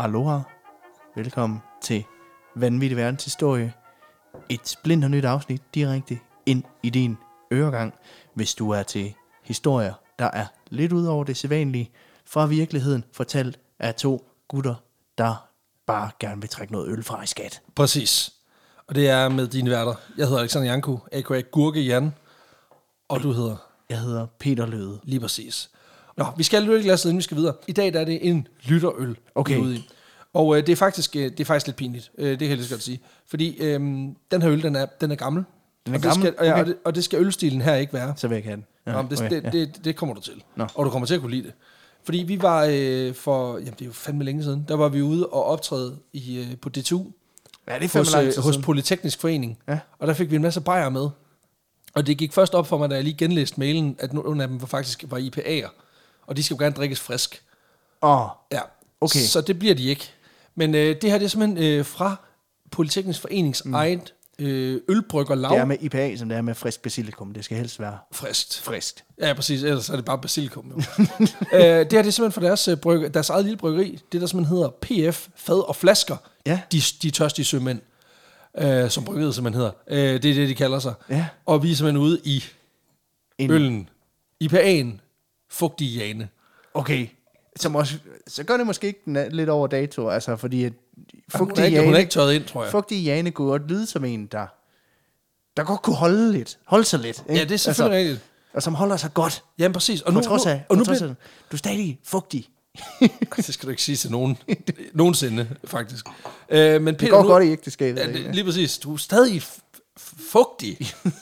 Aloha. Velkommen til Vanvittig Verdenshistorie. Et splinter nyt afsnit direkte ind i din øregang, hvis du er til historier, der er lidt ud over det sædvanlige, fra virkeligheden fortalt af to gutter, der bare gerne vil trække noget øl fra i skat. Præcis. Og det er med dine værter. Jeg hedder Alexander Janku, a.k.a. Gurke Jan, og du hedder? Jeg hedder Peter Løde. Lige præcis. Nå, vi skal lytte glasset, inden vi skal videre. I dag der er det en lytterøl, Okay. vi er ude i. Og det er faktisk lidt pinligt. Det kan jeg lige så godt sige. Fordi den her øl, den er gammel. Den er gammel? Okay. Og det skal ølstilen her ikke være. Så vil jeg ikke have den. Ja, Nå, det kommer du til. Nå. Og du kommer til at kunne lide det. Fordi vi var det er jo fandme længe siden, der var vi ude og optræde på DTU. Ja, det er hos Polyteknisk Forening. Ja. Og der fik vi en masse bajer med. Og det gik først op for mig, da jeg lige genlæste mailen, at nogle af dem faktisk var IPA'er. Og de skal jo gerne drikkes frisk. Ja, okay. Så det bliver de ikke. Men det her, det er simpelthen fra Polyteknisk Forenings eget ølbryggerlav. Det er med IPA, som det er med frisk basilikum. Det skal helst være friskt. Ja, præcis. Ellers er det bare basilikum. Det her, det er simpelthen fra deres eget lille bryggeri. Det, der simpelthen hedder PF Fad og Flasker. Ja. De tørstige sømænd, som bryggeriet simpelthen hedder. Det er det, de kalder sig. Ja. Og vi er simpelthen ude i øllen. IPA'en. Fugtig Jane. Okay. Så gør det måske ikke lidt over dato, altså fordi at hun er ikke tørret ind, tror jeg. Fugtig Jane kunne godt lyde som en, der godt kunne holde sig lidt. Ikke? Ja, det er selvfølgelig rigtigt. Og som holder sig godt. Jamen præcis. Og nu du er stadig fugtig. Det skal du ikke sige til nogen. Nogensinde, faktisk. Men Peter, det går godt i ægteskabet. Ja, lige præcis. Du er stadig fugtig.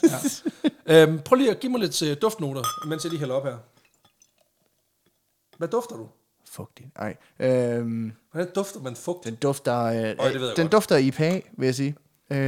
Ja. Prøv lige at give mig lidt duftnoter, mens jeg lige hælder op her. Hvad dufter du? Fugtig. Nej. Hvordan dufter man fugt? Den dufter IPA, vil jeg sige.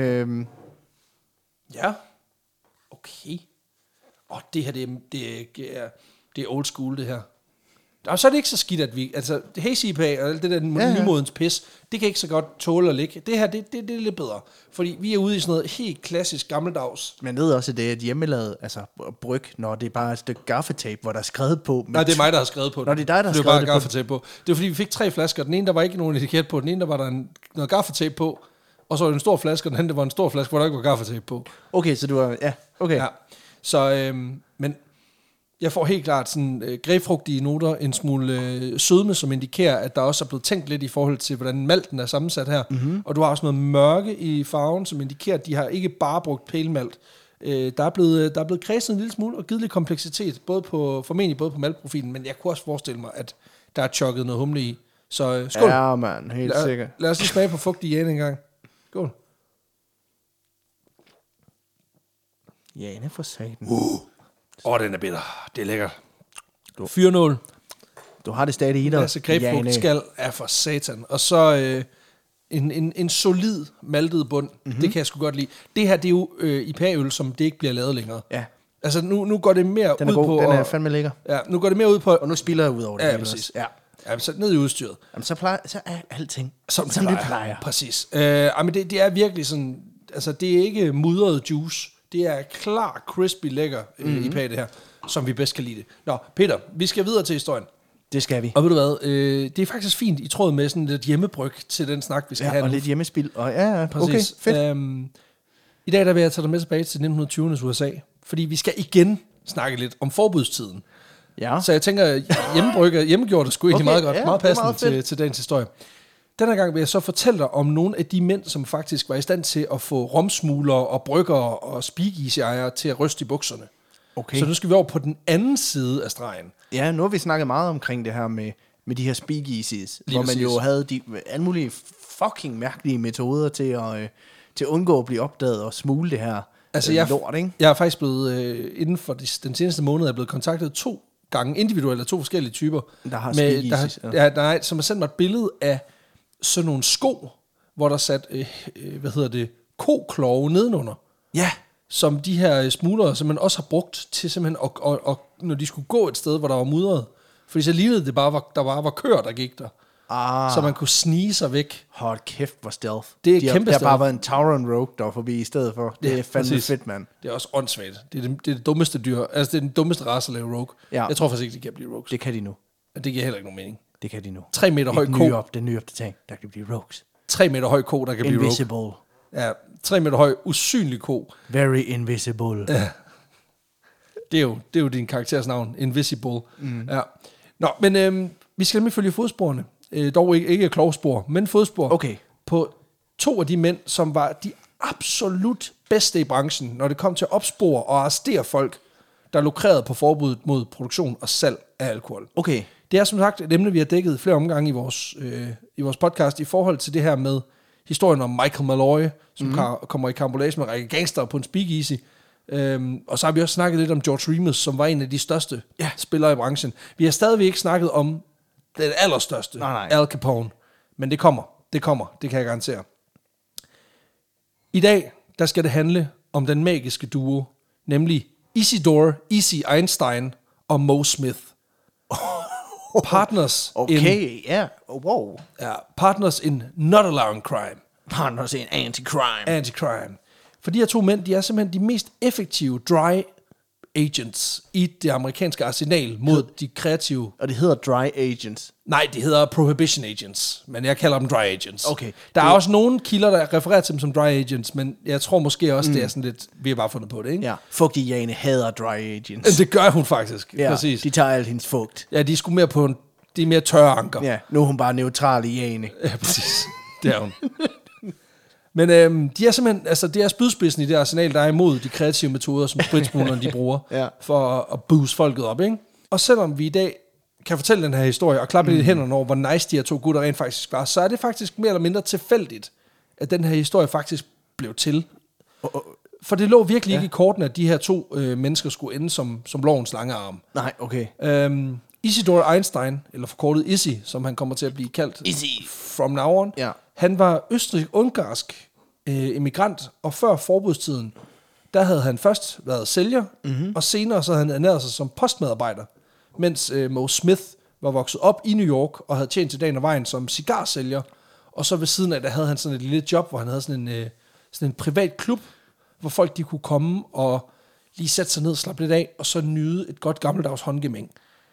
Ja. Okay. Det her, det er old school, det her. Og så er det ikke så skidt, at vi... Altså, Hazy IPA og alt det der nymodens pis, det kan ikke så godt tåle at ligge. Det her, det er lidt bedre. Fordi vi er ude i sådan noget helt klassisk gammeldags. Men ved også, at det er et hjemmelavet bryg, når det er bare et stykke gaffatape, hvor der er skrevet på. Nej, det er mig, der har skrevet på det. Nå, det er dig, der har skrevet bare det gaffatape på. Det var fordi, vi fik 3 flasker. Den ene, der var ikke nogen etiket på. Den ene, der var der noget gaffatape på. Og så var det en stor flaske, og den anden, der var en stor flaske, hvor der ikke var gaffatape på. Okay, så du var... Ja, okay. Ja. Så, men... Jeg får helt klart sådan grapefrugtige noter, en smule sødme, som indikerer, at der også er blevet tænkt lidt i forhold til, hvordan malten er sammensat her. Mm-hmm. Og du har også noget mørke i farven, som indikerer, at de har ikke bare brugt pælemalt. Der er blevet kredset en lille smule og givet lidt kompleksitet, formentlig både på maltprofilen, men jeg kunne også forestille mig, at der er chokket noget humle i. Så skål. Ja, man, helt sikkert. Lad os lige smage på fugtig Jane en gang. Skål. Jane for satan. Den er bitter. Det er lækkert. Fyrnål. Du har det stadig i dig. Altså grapefrugt skal er for satan. Og så en solid maltet bund. Mm-hmm. Det kan jeg sgu godt lide. Det her, det er jo IPA-øl, som det ikke bliver lavet længere. Ja. Altså nu går det mere ud på... Den er fandme lækker. Ja, nu går det mere ud på... Og nu spiller jeg ud over det. Ja, præcis. Ja, så ned i udstyret. Jamen, så er alting som det plejer. Præcis. Men det er virkelig sådan... Altså, det er ikke mudret juice. Det er klar, crispy, lækker IPA, det her, som vi bedst kan lide det. Nå, Peter, vi skal videre til historien. Det skal vi. Og ved du hvad, det er faktisk fint i tråd med sådan lidt hjemmebryg til den snak, vi skal have og nu. lidt hjemmespil. Og ja, præcis. Okay, fedt. I dag der vil jeg tage dig med tilbage til 1920'ernes USA, fordi vi skal igen snakke lidt om forbudstiden. Ja. Så jeg tænker, hjemmegjort er sgu egentlig meget godt, meget passende til dagens historie. Denne gang vil jeg så fortælle dig om nogle af de mænd, som faktisk var i stand til at få romsmuglere og bryggere og speakeasy-ejere til at ryste i bukserne. Okay. Så nu skal vi over på den anden side af stregen. Ja, nu har vi snakket meget omkring det her med de her speakeasies, hvor man præcis. jo havde de alle mulige fucking mærkelige metoder til at undgå at blive opdaget og smule det her lort, ikke? Jeg er faktisk blevet, inden for den seneste måned, er blevet kontaktet 2 gange individuelt af 2 forskellige typer. Der har speakeasies. Som har sendt mig et billede af sådan nogle sko, hvor der sat, koklove nedenunder. Ja. Som de her smuglere simpelthen også har brugt til simpelthen, og når de skulle gå et sted, hvor der var mudret. Fordi så lignede det bare, der var køer, der gik der. Så man kunne snige sig væk. Hold kæft, hvor stealth. Det er kæmpe stealth. Der har bare været en Tauron Rogue der forbi i stedet for. Det er fandme fedt, mand. Det er også åndssvagt. Det er det dummeste dyr. Altså, det er den dummeste race at lave rogue. Ja. Jeg tror faktisk ikke, de kan blive rogues. Det kan de nu. Det giver heller ikke nogen mening. Det kan de nu. 3 meter høj ko. Den nye opdatering, der kan blive rogues. 3 meter høj ko, der kan blive rogue. Invisible. Ja, 3 meter høj, usynlig ko. Very invisible. Ja. Det er jo din karakters navn, Invisible. Ja. Nå, men vi skal nemlig følge fodsporene. Dog ikke klovspor, men fodspor. Okay. På 2 af de mænd, som var de absolut bedste i branchen, når det kom til at opspore og arrestere folk, der lukrerede på forbuddet mod produktion og salg af alkohol. Okay. Det er som sagt et emne, vi har dækket flere omgange i vores podcast i forhold til det her med historien om Michael Malloy, som kommer i karambolage med en række gangster på en speakeasy. Og så har vi også snakket lidt om George Remus, som var en af de største spillere i branchen. Vi har stadigvæk ikke snakket om den allerstørste, Al Capone. Men det kommer, det kan jeg garantere. I dag, der skal det handle om den magiske duo, nemlig Isidore Easy Einstein og Moe Smith. Partners partners in not allowing crime. Partners in anti-crime. Anti-crime. For de her 2 mænd, de er simpelthen de mest effektive dry agents i det amerikanske arsenal mod de kreative. Og det hedder dry agents? Nej, det hedder prohibition agents, men jeg kalder dem dry agents. Okay. Der er også nogle kilder, der refererer til dem som dry agents, men jeg tror måske også, det er sådan lidt, vi har bare fundet på det, ikke? Ja, fugtig Jane hader dry agents. Det gør hun faktisk, ja, præcis. De tager alt hendes fugt. Ja, de er sgu mere på de er mere tørre anker. Ja, nu er hun bare neutral i Jane. Ja, præcis. Det er hun. Men de er simpelthen, altså det er spydspidsen i det arsenal, der er imod de kreative metoder, som spritsmuglerne de bruger for at booste folket op, ikke? Og selvom vi i dag kan fortælle den her historie og klappe lidt i hænderne over, hvor nice de her 2 gutter rent faktisk var, så er det faktisk mere eller mindre tilfældigt, at den her historie faktisk blev til. For det lå virkelig ikke i kortene, at de her 2 mennesker skulle ende som lovens lange arm. Nej, okay. Isidore Einstein, eller forkortet Izzy, som han kommer til at blive kaldt from now on, han var østrig-ungarsk emigrant, og før forbudstiden, der havde han først været sælger, og senere så havde han ernæret sig som postmedarbejder, mens Moe Smith var vokset op i New York, og havde tjent til dagen og vejen som cigarsælger, og så ved siden af, der havde han sådan et lille job, hvor han havde sådan en privat klub, hvor folk de kunne komme og lige sætte sig ned, slappe lidt af, og så nyde et godt gammeldags håndgemæng.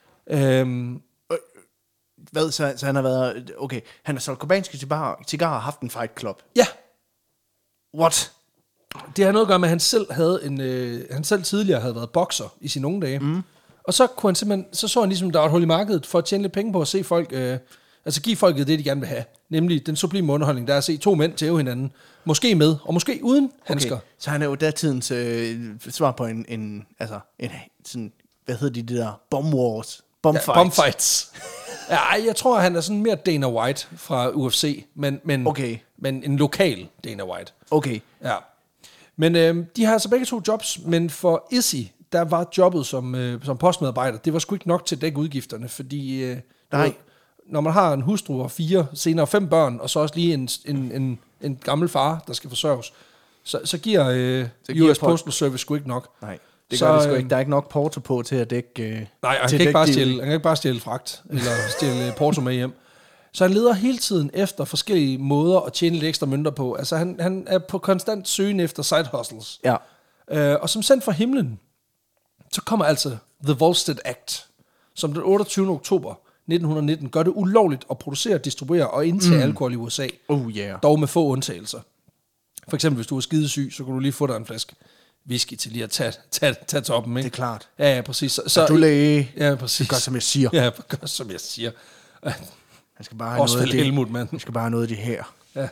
Hvad, så han har været... Okay, han har solgt kubanske cigarer og haft en fight club. Ja. What? Det har noget at gøre med, at han selv tidligere havde været bokser i sine unge dage. Og så kunne han simpelthen... Så han ligesom, der var et hul i markedet for at tjene lidt penge på at se folk... altså give folket det, de gerne vil have. Nemlig den sublime underholdning, der er at se 2 mænd tæve hinanden. Måske med, og måske uden handsker. Okay. Så han er jo datidens svar på en sådan... Hvad hedder de der? Bomb wars. Bomb fights. Ja, jeg tror, han er sådan mere Dana White fra UFC, men en lokal Dana White. Okay. Ja. Men de har altså begge 2 jobs, men for Izzy, der var jobbet som postmedarbejder, det var sgu ikke nok til at dække udgifterne, fordi når man har en hustru og 4, senere 5 børn, og så også lige en gammel far, der skal forsørges, så giver US Postal Service sgu ikke nok. Nej. Det gør det sgu ikke. Der er ikke nok porto på til at dække... Nej, han kan ikke bare stjæle fragt, eller stjæle porto med hjem. Så han leder hele tiden efter forskellige måder at tjene lidt ekstra mønter på. Altså han er på konstant søgen efter side hustles. Ja. Og som sendt fra himlen, så kommer altså The Volstead Act, som den 28. oktober 1919 gør det ulovligt at producere, distribuere og indtage alkohol i USA. Dog med få undtagelser. For eksempel, hvis du er skidesyg, så kan du lige få dig en flaske whisky til lige at tage toppen, ikke? Det er klart. Ja, præcis. Så du læge. Ja, præcis. Gør, som jeg siger. Ja, gør, som jeg siger. Han skal bare have noget af det. Helmut, mand. Han skal bare have noget af det her. Ja.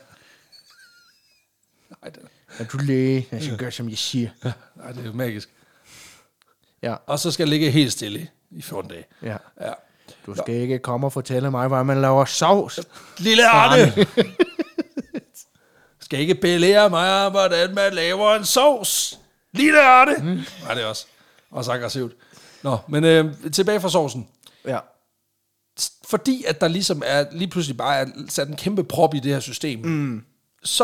Nej, det er du læge. Jeg skal gøre, som jeg siger. Ja. Nej, det er jo magisk. Ja. Og så skal jeg ligge helt stille i 14 dage. Ja. Du skal ikke komme og fortælle mig, hvordan man laver sovs. Lille Arne! Skal ikke belære mig om, hvordan man laver en sovs. Lille Arne! Nej, det er også aggressivt. Nå, men tilbage fra sovsen. Ja. Fordi at der ligesom er lige pludselig bare er sat en kæmpe prop i det her system, så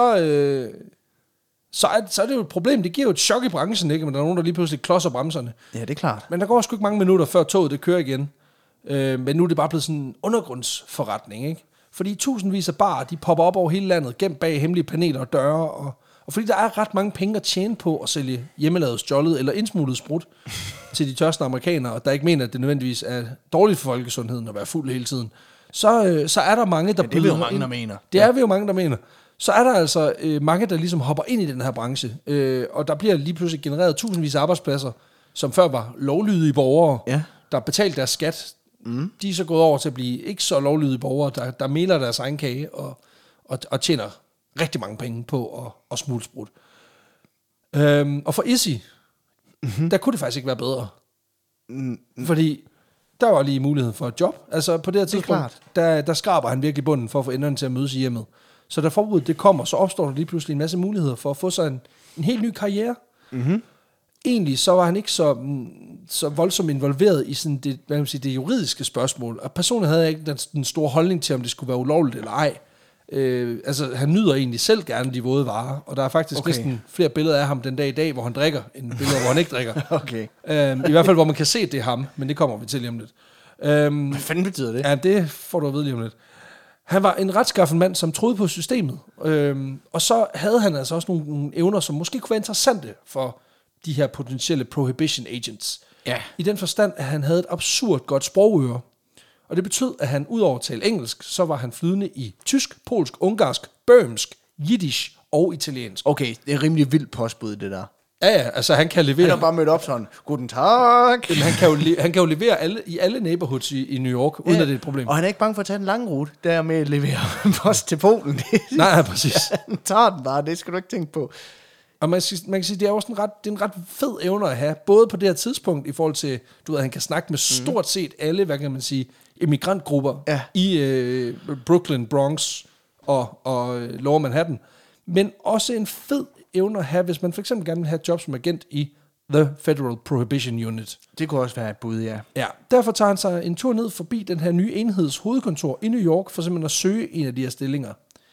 er det jo et problem. Det giver jo et chok i branchen, ikke? Men der er nogen, der lige pludselig klodser bremserne. Ja, det er klart. Men der går sgu ikke mange minutter, før toget det kører igen. Men nu er det bare blevet sådan en undergrundsforretning, ikke? Fordi tusindvis af barer, de popper op over hele landet, gemt bag hemmelige paneler og døre, og fordi der er ret mange penge at tjene på at sælge hjemmelavet, stjålet eller indsmuglet sprut til de tørste amerikanere, der ikke mener, at det nødvendigvis er dårligt for folkesundheden at være fuld hele tiden, så er der mange, der det er vi jo byder mange, ind. der mener. Det er vi jo mange, der mener. Så er der altså mange, der ligesom hopper ind i den her branche, og der bliver lige pludselig genereret tusindvis af arbejdspladser, som før var lovlydige borgere, der betalte deres skat. De er så gået over til at blive ikke så lovlydige borgere, der meler deres egen kage og tjener rigtig mange penge på at smule sprut. Og for Izzy, der kunne det faktisk ikke være bedre. Fordi der var lige mulighed for et job. Altså på det her tidspunkt, der skraber han virkelig bunden for at få enderne til at mødes i hjemmet. Så da forbuddet det kommer, så opstår der lige pludselig en masse muligheder for at få sig en helt ny karriere. Egentlig så var han ikke så voldsomt involveret i sådan det, hvad kan man sige, det juridiske spørgsmål. Og personen havde ikke den store holdning til, om det skulle være ulovligt eller ej. Altså han nyder egentlig selv gerne de våde varer, og der er faktisk næsten flere billeder af ham den dag i dag, hvor han drikker, end billeder, hvor han ikke drikker. I hvert fald, hvor man kan se, at det er ham, men det kommer vi til lige om lidt. Hvad fanden betyder det? Ja, det får du at vide lige om lidt. Han var en retskaffen mand, som troede på systemet, og så havde han altså også nogle evner, som måske kunne være interessante for de her potentielle prohibition agents. Ja. I den forstand, at han havde et absurd godt sprogøre. Og det betød, at han udover at tale engelsk, så var han flydende i tysk, polsk, ungarsk, bøhmsk, jiddisch og italiensk. Okay, det er rimelig vildt postbud, det der. Ja, altså han kan levere... Han har bare mødt op sådan, guten tag. Jamen, han kan jo levere i alle neighborhoods i New York, uden at det er et problem. Og han er ikke bange for at tage en lang rute, der med at levere post til Polen. Nej, præcis. Han tager den bare, det skal du ikke tænke på. Og man kan sige, det er også en ret fed evne at have, både på det her tidspunkt, i forhold til, du ved, at han kan snakke med stort set alle, hvad kan man sige, immigrantgrupper i Brooklyn, Bronx og Lower Manhattan. Men også en fed evne at have, hvis man for eksempel gerne vil have et job som agent i The Federal Prohibition Unit. Det kunne også være et bud, ja. Ja, derfor tager han sig en tur ned forbi den her nye enheds hovedkontor i New York, for simpelthen at søge en af de her stillinger.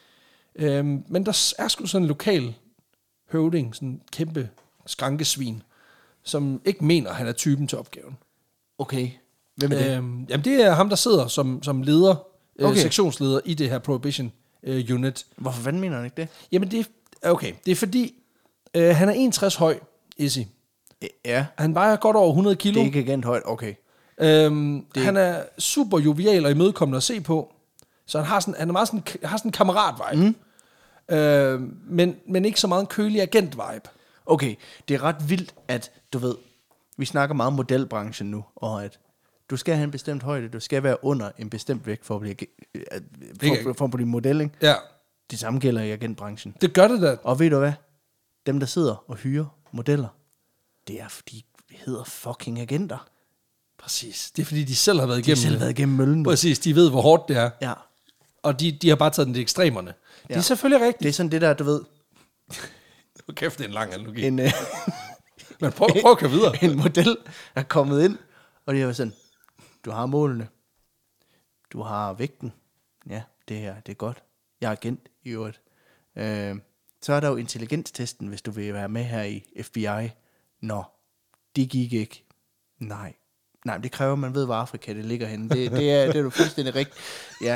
Men der er sgu sådan en lokal høvding, sådan en kæmpe skrankesvin, som ikke mener, at han er typen til opgaven. Okay, hvem er det? Jamen det er ham, der sidder som leder, sektionsleder i det her Prohibition Unit. Hvorfor fanden mener han ikke det? Jamen det er fordi, han er 61 høj, Izzy. Ja. Han vejer godt over 100 kilo. Det er ikke agent højt, okay. Han er super jovial og imødekommende at se på, så han har sådan en kammerat-vibe. Men ikke så meget en kølig agent-vibe. Okay, det er ret vildt, at du ved, vi snakker meget om modelbranchen nu, og at du skal have en bestemt højde, du skal være under en bestemt vægt for at blive model, ikke? Ja. Det samme gælder i agentbranchen. Det gør det da. Og ved du hvad? Dem, der sidder og hyrer modeller, det er fordi, de hedder fucking agenter. Præcis. Det er fordi, de selv har været igennem møllen. Præcis, de ved, hvor hårdt det er. Ja. Og de har bare taget den til ekstremerne. Ja. Det er selvfølgelig rigtigt. Det er sådan det der, du ved... Kæft, det er en lang analogi. Men prøv at køre videre. En model er kommet ind, og de har været sådan, du har målene, du har vægten, ja, det her, det er godt. Jeg er agent i øvrigt. Så er der jo intelligenstesten, hvis du vil være med her i FBI. Nå, det gik ikke. Nej, men det kræver, at man ved, hvor Afrika det ligger henne. Det er du fuldstændig rigtigt. Ja.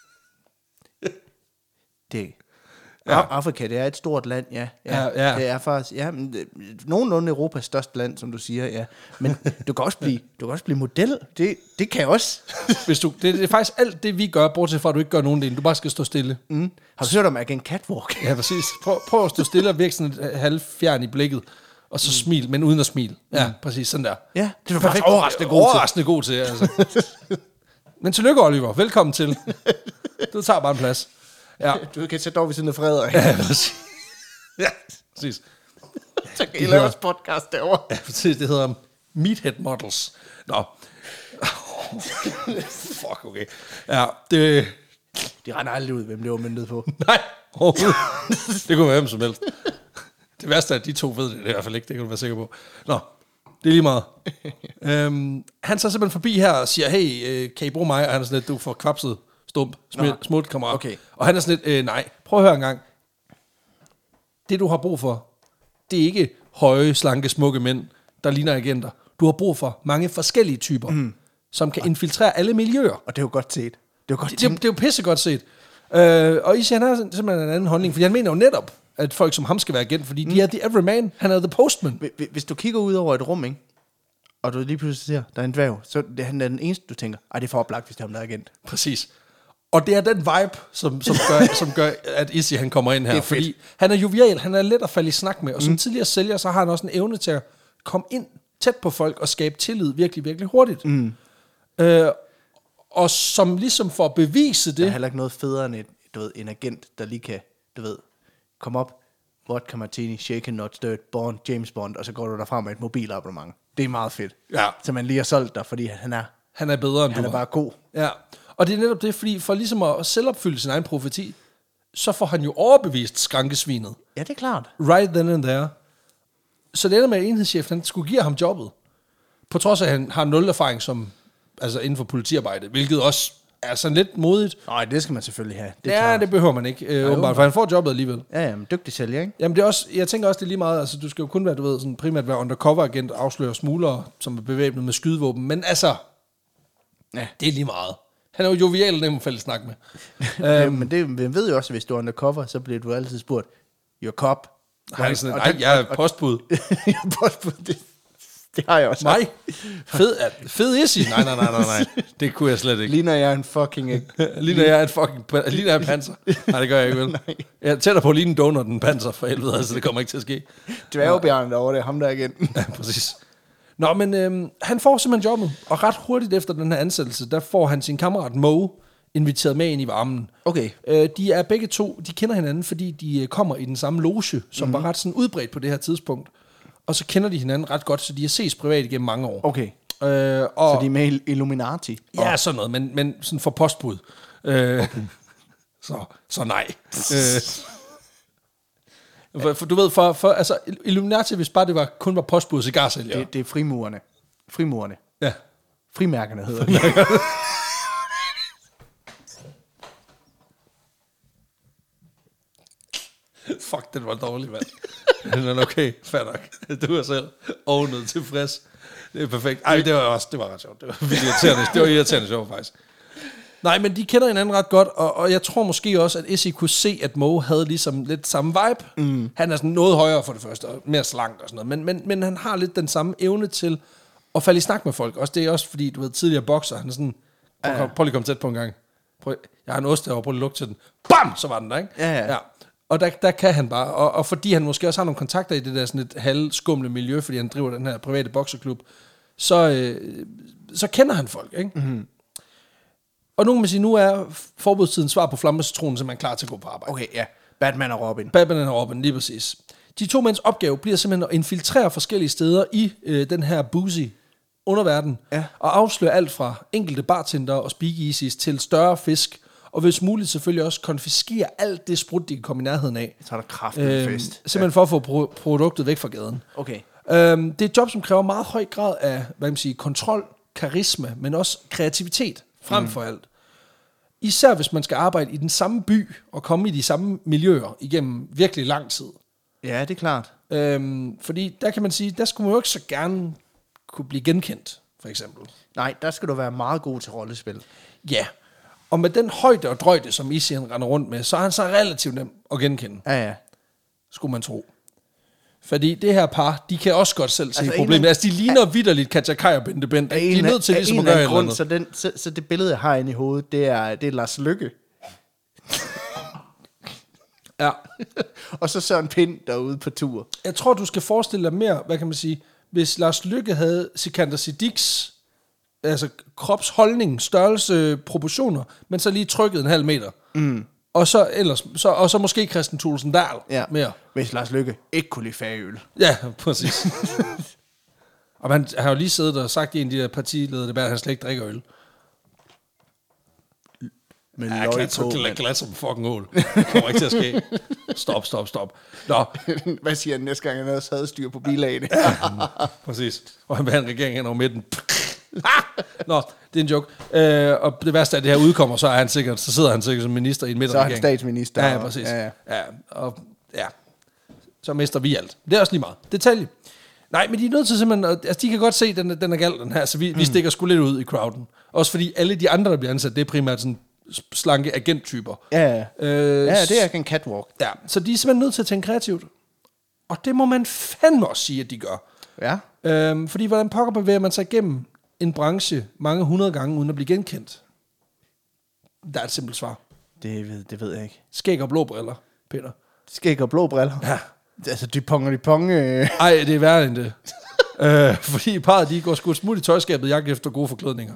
Afrika, det er et stort land, ja. Det er faktisk, nogenlunde Europas største land, som du siger, ja. Men du kan også blive model. Det kan jeg også. Det er faktisk alt det, vi gør, bortset fra, at du ikke gør nogen del. Du bare skal stå stille. Har du hørt om Agent Catwalk? Ja, præcis. Prøv at stå stille og virke sådan halvfjern i blikket, og så smil, men uden at smile. Ja, præcis, sådan der. Ja, det er du faktisk overraskende god til. Altså. Men tillykke, Oliver. Velkommen til. Du tager bare en plads. Ja. Du kan sætte over ved siden af Frederik. Ja, præcis. Ja, præcis. Så kan I lave vores podcast derovre. Ja, præcis. Det hedder Meathead Models. Nå. Fuck, okay. Ja, det... De render aldrig ud, hvem det var myndet på. Nej, overhovedet. Det kunne være hvem som helst. Det værste er, at de to ved det i hvert fald ikke. Det kan du være sikker på. Nå, det er lige meget. Han så simpelthen forbi her og siger, hey, kan I bruge mig? Og han er sådan lidt, du får kvapset stump, smut kammerat. Okay. Og han er sådan lidt, nej, prøv at høre en gang. Det du har brug for, det er ikke høje, slanke, smukke mænd, der ligner agenter. Du har brug for mange forskellige typer, som kan infiltrere alle miljøer. Og det er jo godt set. Det er jo pissegodt set. Og Izzy, han har simpelthen en anden holdning, fordi han mener jo netop, at folk som ham skal være agent, fordi de er the everyman, han er the postman. Hvis du kigger ud over et rum, ikke? Og du lige pludselig ser, der er en dværg, så han er den eneste, du tænker, det er for oplagt, hvis det er ham, der er agent. Præcis. Og det er den vibe, som gør, at Izzy han kommer ind her. Det er fedt. Fordi han er jovial, han er let at falde i snak med. Og som tidligere sælger, så har han også en evne til at komme ind tæt på folk og skabe tillid virkelig, virkelig hurtigt. Og som ligesom for at bevise det... Der er heller ikke noget federe end en agent, der lige kan, komme op, vodka martini, shaken not stirred, James Bond, og så går du derfra med et mobilabonnement. Det er meget fedt. Ja. Så man lige har solgt dig, fordi han er bedre end han du er bare god. Ja, og det er netop det, fordi for ligesom at selvopfylde sin egen profeti, så får han jo overbevist skrankesvinet. Ja, det er klart. Right then and there. Så det ender med, at enhedschefen skulle give ham jobbet. På trods af, at han har 0 erfaring som, altså inden for politiarbejde, hvilket også er sådan lidt modigt. Nej, det skal man selvfølgelig have. Det er klart. Det behøver man ikke, åbenbart, for han får jobbet alligevel. Ja, men dygtig sælger, ikke? Jamen det er også, jeg tænker også, det er lige meget, altså du skal jo kun være, du ved, sådan primært være undercover-agent, afsløre smuglere, som er bevæbnet med skydevåben, men altså, ja, det er lige meget. Han er jo jovial, nem at falde snak med. Men det ved jo også, at hvis du er undercover, så bliver du altid spurgt, you're cop. Nej, jeg er postbud. Jeg er postbud, det har jeg også. Mig? Fed Izzy? Nej. Det kunne jeg slet ikke. Ligner jeg en fucking... Ligner jeg en panser? Nej, det gør jeg ikke vel. Jeg er tættere på at ligne en donut end en panser, for helvede, altså det kommer ikke til at ske. Dværgebjørnen derovre, det er ham der igen. Ja, præcis. Nå, men han får simpelthen jobbet, og ret hurtigt efter den her ansættelse, der får han sin kammerat Moe inviteret med ind i varmen. Okay. De er begge to, de kender hinanden, fordi de kommer i den samme loge, som var ret sådan udbredt på det her tidspunkt. Og så kender de hinanden ret godt, så de har ses privat igennem mange år. Okay. Og så de er med i Illuminati? Ja, sådan noget, men sådan for postbud. Okay. Så nej. For du ved, for altså Illuminati, hvis bare det kun var postbud og cigarsælgere. Det er frimurerne. Ja. Frimærkerne hedder det. Fuck, den var dårlig, mand. Men okay, fair nok. Du er selv ovenud tilfreds. Det er perfekt. Ej, det var ret sjovt. Det var vildt irriterende. Det var irriterende sjovt, faktisk. Nej, men de kender hinanden ret godt, og jeg tror måske også, at Izzy kunne se, at Moe havde ligesom lidt samme vibe. Han er sådan noget højere for det første, og mere slank og sådan noget, men han har lidt den samme evne til at falde i snak med folk. Også det er også fordi, du ved, tidligere bokser, han er sådan, prøv lige at komme tæt på en gang. Jeg har en ost derovre, prøv lige at lugte til den. Bam! Så var den der, ikke? Ja. Og der kan han bare, og fordi han måske også har nogle kontakter i det der sådan et halvskumle miljø, fordi han driver den her private bokserklub, så kender han folk, ikke? Mm-hmm. Og nu kan man sige, nu er forbudstidens svar på flammecitronen simpelthen klar til at gå på arbejde. Okay, ja. Batman og Robin, lige præcis. De to mænds opgave bliver simpelthen at infiltrere forskellige steder i den her boozy underverden, og afsløre alt fra enkelte bartender og speakeasies til større fisk, og hvis muligt selvfølgelig også konfiskere alt det sprut, de kan komme i nærheden af. Så er der kraftigt fest. Simpelthen for at få produktet væk fra gaden. Okay. Det er et job, som kræver meget høj grad af, hvad man siger, kontrol, karisma, men også kreativitet frem for alt. Især hvis man skal arbejde i den samme by og komme i de samme miljøer igennem virkelig lang tid. Ja, det er klart. Fordi der kan man sige, der skulle man jo ikke så gerne kunne blive genkendt, for eksempel. Nej, der skal du være meget god til rollespil. Ja, og med den højde og drøjde, som Izzy render rundt med, så er han så relativt nem at genkende. Ja. Skulle man tro. Fordi det her par, de kan også godt selv se problemet. Altså, de ligner vitterligt Katja Kai og Bente Bent. De er nødt til ligesom at gøre grund, så det billede, jeg har inde i hovedet, det er Lars Løkke. Ja. Og så Søren Pind derude på tur. Jeg tror, du skal forestille dig mere, hvad kan man sige, hvis Lars Løkke havde Sikander Siddiqs altså kropsholdning, størrelse, proportioner, men så lige trykket en halv meter. Og så måske Christian Thulesen Dahl mere. Hvis Lars Løkke ikke kunne lide færøl. Ja, præcis. Og han har jo lige siddet og sagt i en af de der partiledere, at han slet ikke drikker øl. Men glat som fucking ål. Det kommer ikke til at ske. Stop. Nå. Hvad siger han næste gang, han havde sadstyr på bilagene? Præcis. Og han vil have en regering hen over midten. Nå, det er en joke. Og det værste af det her udkommer, så sidder han sikkert som minister i en midterregering. Så er han statsminister. Ja, præcis. Ja. Så mister vi alt. Det er også lige meget. Detalje. Nej, men de er nødt til simpelthen, altså de kan godt se, den er gal, den her, så vi stikker sgu lidt ud i crowden. Også fordi alle de andre, der bliver ansat, det er primært sådan slanke agenttyper. Ja, det er en catwalk. Ja, så de er simpelthen nødt til at tænke kreativt. Og det må man fandme også sige, at de gør. Ja. Fordi hvordan pokker bevæger man sig igennem en branche mange 100 gange, uden at blive genkendt? Der er et simpelt svar. Det ved jeg ikke. Skæg og blå briller, Peter. Skæg og blå briller? Ja. Altså, Dupont. Ej, det er værre end det. Fordi parret, de går sgu smut i tøjskabet, jagt efter gode forklædninger.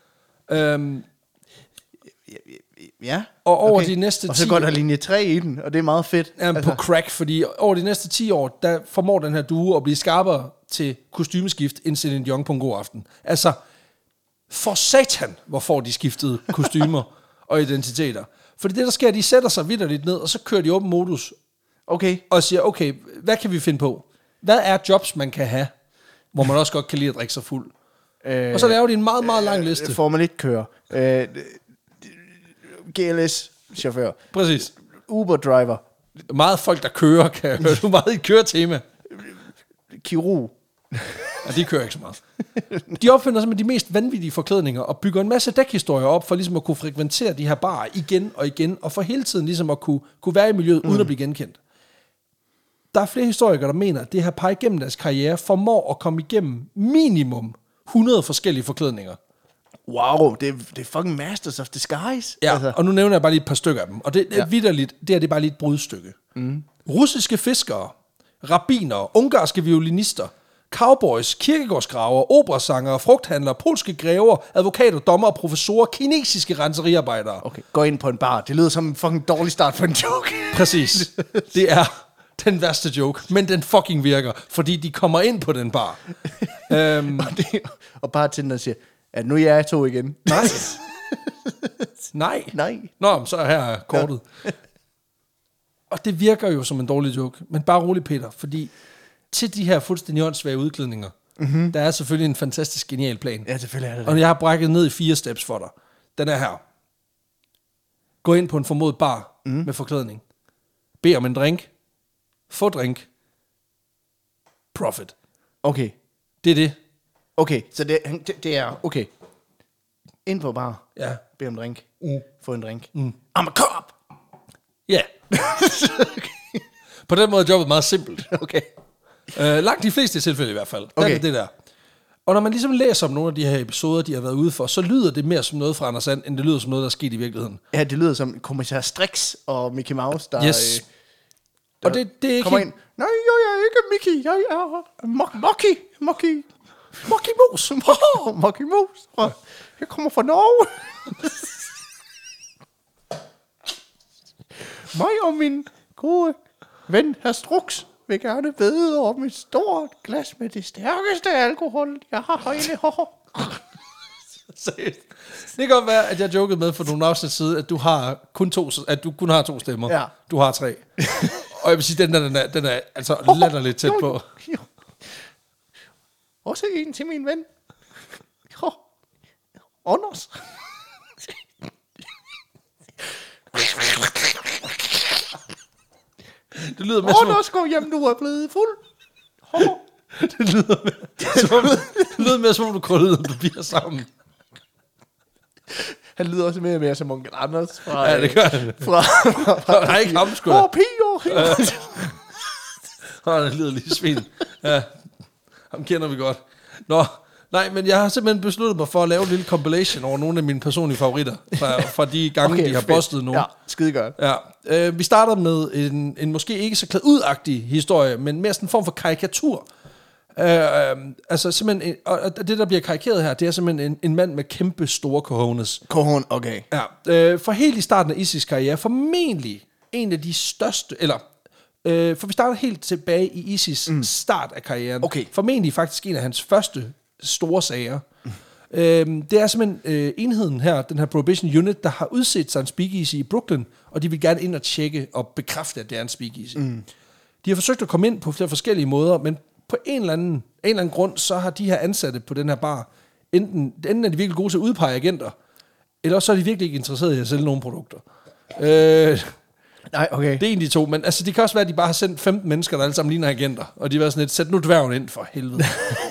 Ja. Og over de næste 10 år... Og så går der linje 3 i den, og det er meget fedt. På crack, fordi over de næste 10 år, der formår den her duo at blive skarpere til kostymeskift end Celine Dion på en god aften. Altså, for satan, hvor får de skiftet kostymer og identiteter. Fordi det, der sker, de sætter sig vitterligt ned, og så kører de åben modus. Okay. Og siger, okay, hvad kan vi finde på? Hvad er jobs, man kan have, hvor man også godt kan lide at drikke sig fuld? Og så laver de en meget, meget lang liste. Formel 1-kører. GLS-chauffør. Præcis. Uber-driver. Meget folk, der kører, kan jeg høre. Du er meget i køretema. Kirurg. Ja, de kører ikke så meget. De opfinder simpelthen de mest vanvittige forklædninger og bygger en masse dækhistorier op for ligesom at kunne frekventere de her barer igen og igen, og for hele tiden ligesom at kunne være i miljøet uden at blive genkendt. Der er flere historikere, der mener, at det her par igennem deres karriere formår at komme igennem minimum 100 forskellige forklædninger. Wow, det er fucking Masters of Disguise. Ja, altså. Og nu nævner jeg bare lige et par stykker af dem. Og det er vitterligt, det er bare lige et brudstykke. Russiske fiskere, rabbinere, ungarske violinister, cowboys, kirkegårdsgravere, operasangere, frugthandlere, polske grever, advokater, dommer, professorer, kinesiske renseriarbejdere. Okay, gå ind på en bar. Det lyder som en fucking dårlig start på en joke. Præcis. Det er den værste joke, men den fucking virker, fordi de kommer ind på den bar. Og bartender siger, at nu er jeg to igen. Nej. Nå, så er her kortet. Ja. Og det virker jo som en dårlig joke, men bare rolig, Peter, fordi til de her fuldstændig åndssvage udklædninger, der er selvfølgelig en fantastisk genial plan. Ja, selvfølgelig er det. Og jeg har brækket ned i 4 steps for dig. Den er her. Gå ind på en formodet bar med forklædning. Bed om en drink. Få drink. Profit. Okay. Det er det. Okay, så det er, okay. Ind på bar. Ja. Bed om drink. Få en drink. I'm a cop! Ja. På den måde er jobbet meget simpelt. Okay. Langt de fleste tilfælde i hvert fald. Okay. Der er det der. Og når man ligesom læser om nogle af de her episoder, de har været ude for, så lyder det mere som noget fra Anders And, end det lyder som noget, der er sket i virkeligheden. Ja, det lyder som kommissær Strix og Mickey Mouse, der... Yes. Og det er ikke... Kommer ind. Nej, jeg er ikke Mickey. Jeg er Mocky Mus. Mocky Mus. Jeg kommer fra Norge. Mig og min gode ven, herr Strux, vil gerne bede om et stort glas med det stærkeste alkohol, jeg har herinde. Det kan godt være, at jeg jokede med for nogle afsnit side, at du kun har 2 stemmer. Ja. Du har 3. Og jeg vil sige, den er altså latterligt tæt på. Også en til min ven. Anders. Det lyder mere som... Anders går hjem, du er blevet fuld. Det lyder mere som om du krøllede noget papir sammen. Han lyder også mere og mere som onkel Anders fra... Ja, det gør han. Fra ikke ham, sgu da. piger. Det lyder lige svin. Ja, ham kender vi godt. Nå, nej, men jeg har simpelthen besluttet mig for at lave en lille compilation over nogle af mine personlige favoritter, fra de gange, okay, de har bustet nogen. Ja, skide godt. Ja. Vi starter med en måske ikke så klædt udagtig historie, men mere sådan en form for karikatur. Altså simpelthen, og det der bliver karikeret her, det er simpelthen en mand med kæmpe store cojones. Okay. Ja, for helt i starten af Isis karriere, formentlig en af de største, for vi starter helt tilbage i Isis start af karrieren. Okay. Formentlig faktisk en af hans første store sager. Det er simpelthen enheden her, den her Prohibition Unit, der har udset sig en speakeasy i Brooklyn, og de vil gerne ind og tjekke og bekræfte, at det er en speakeasy. De har forsøgt at komme ind på flere forskellige måder, men på en eller anden grund, så har de her ansatte på den her bar, enten er de virkelig gode til at udpege agenter, eller så er de virkelig ikke interesserede i at sælge nogle produkter. Nej, okay. Det er en af de to, men altså, det kan også være, at de bare har sendt 15 mennesker, der alle sammen ligner agenter, og de har været sådan lidt, sæt nu dværgen ind for helvede.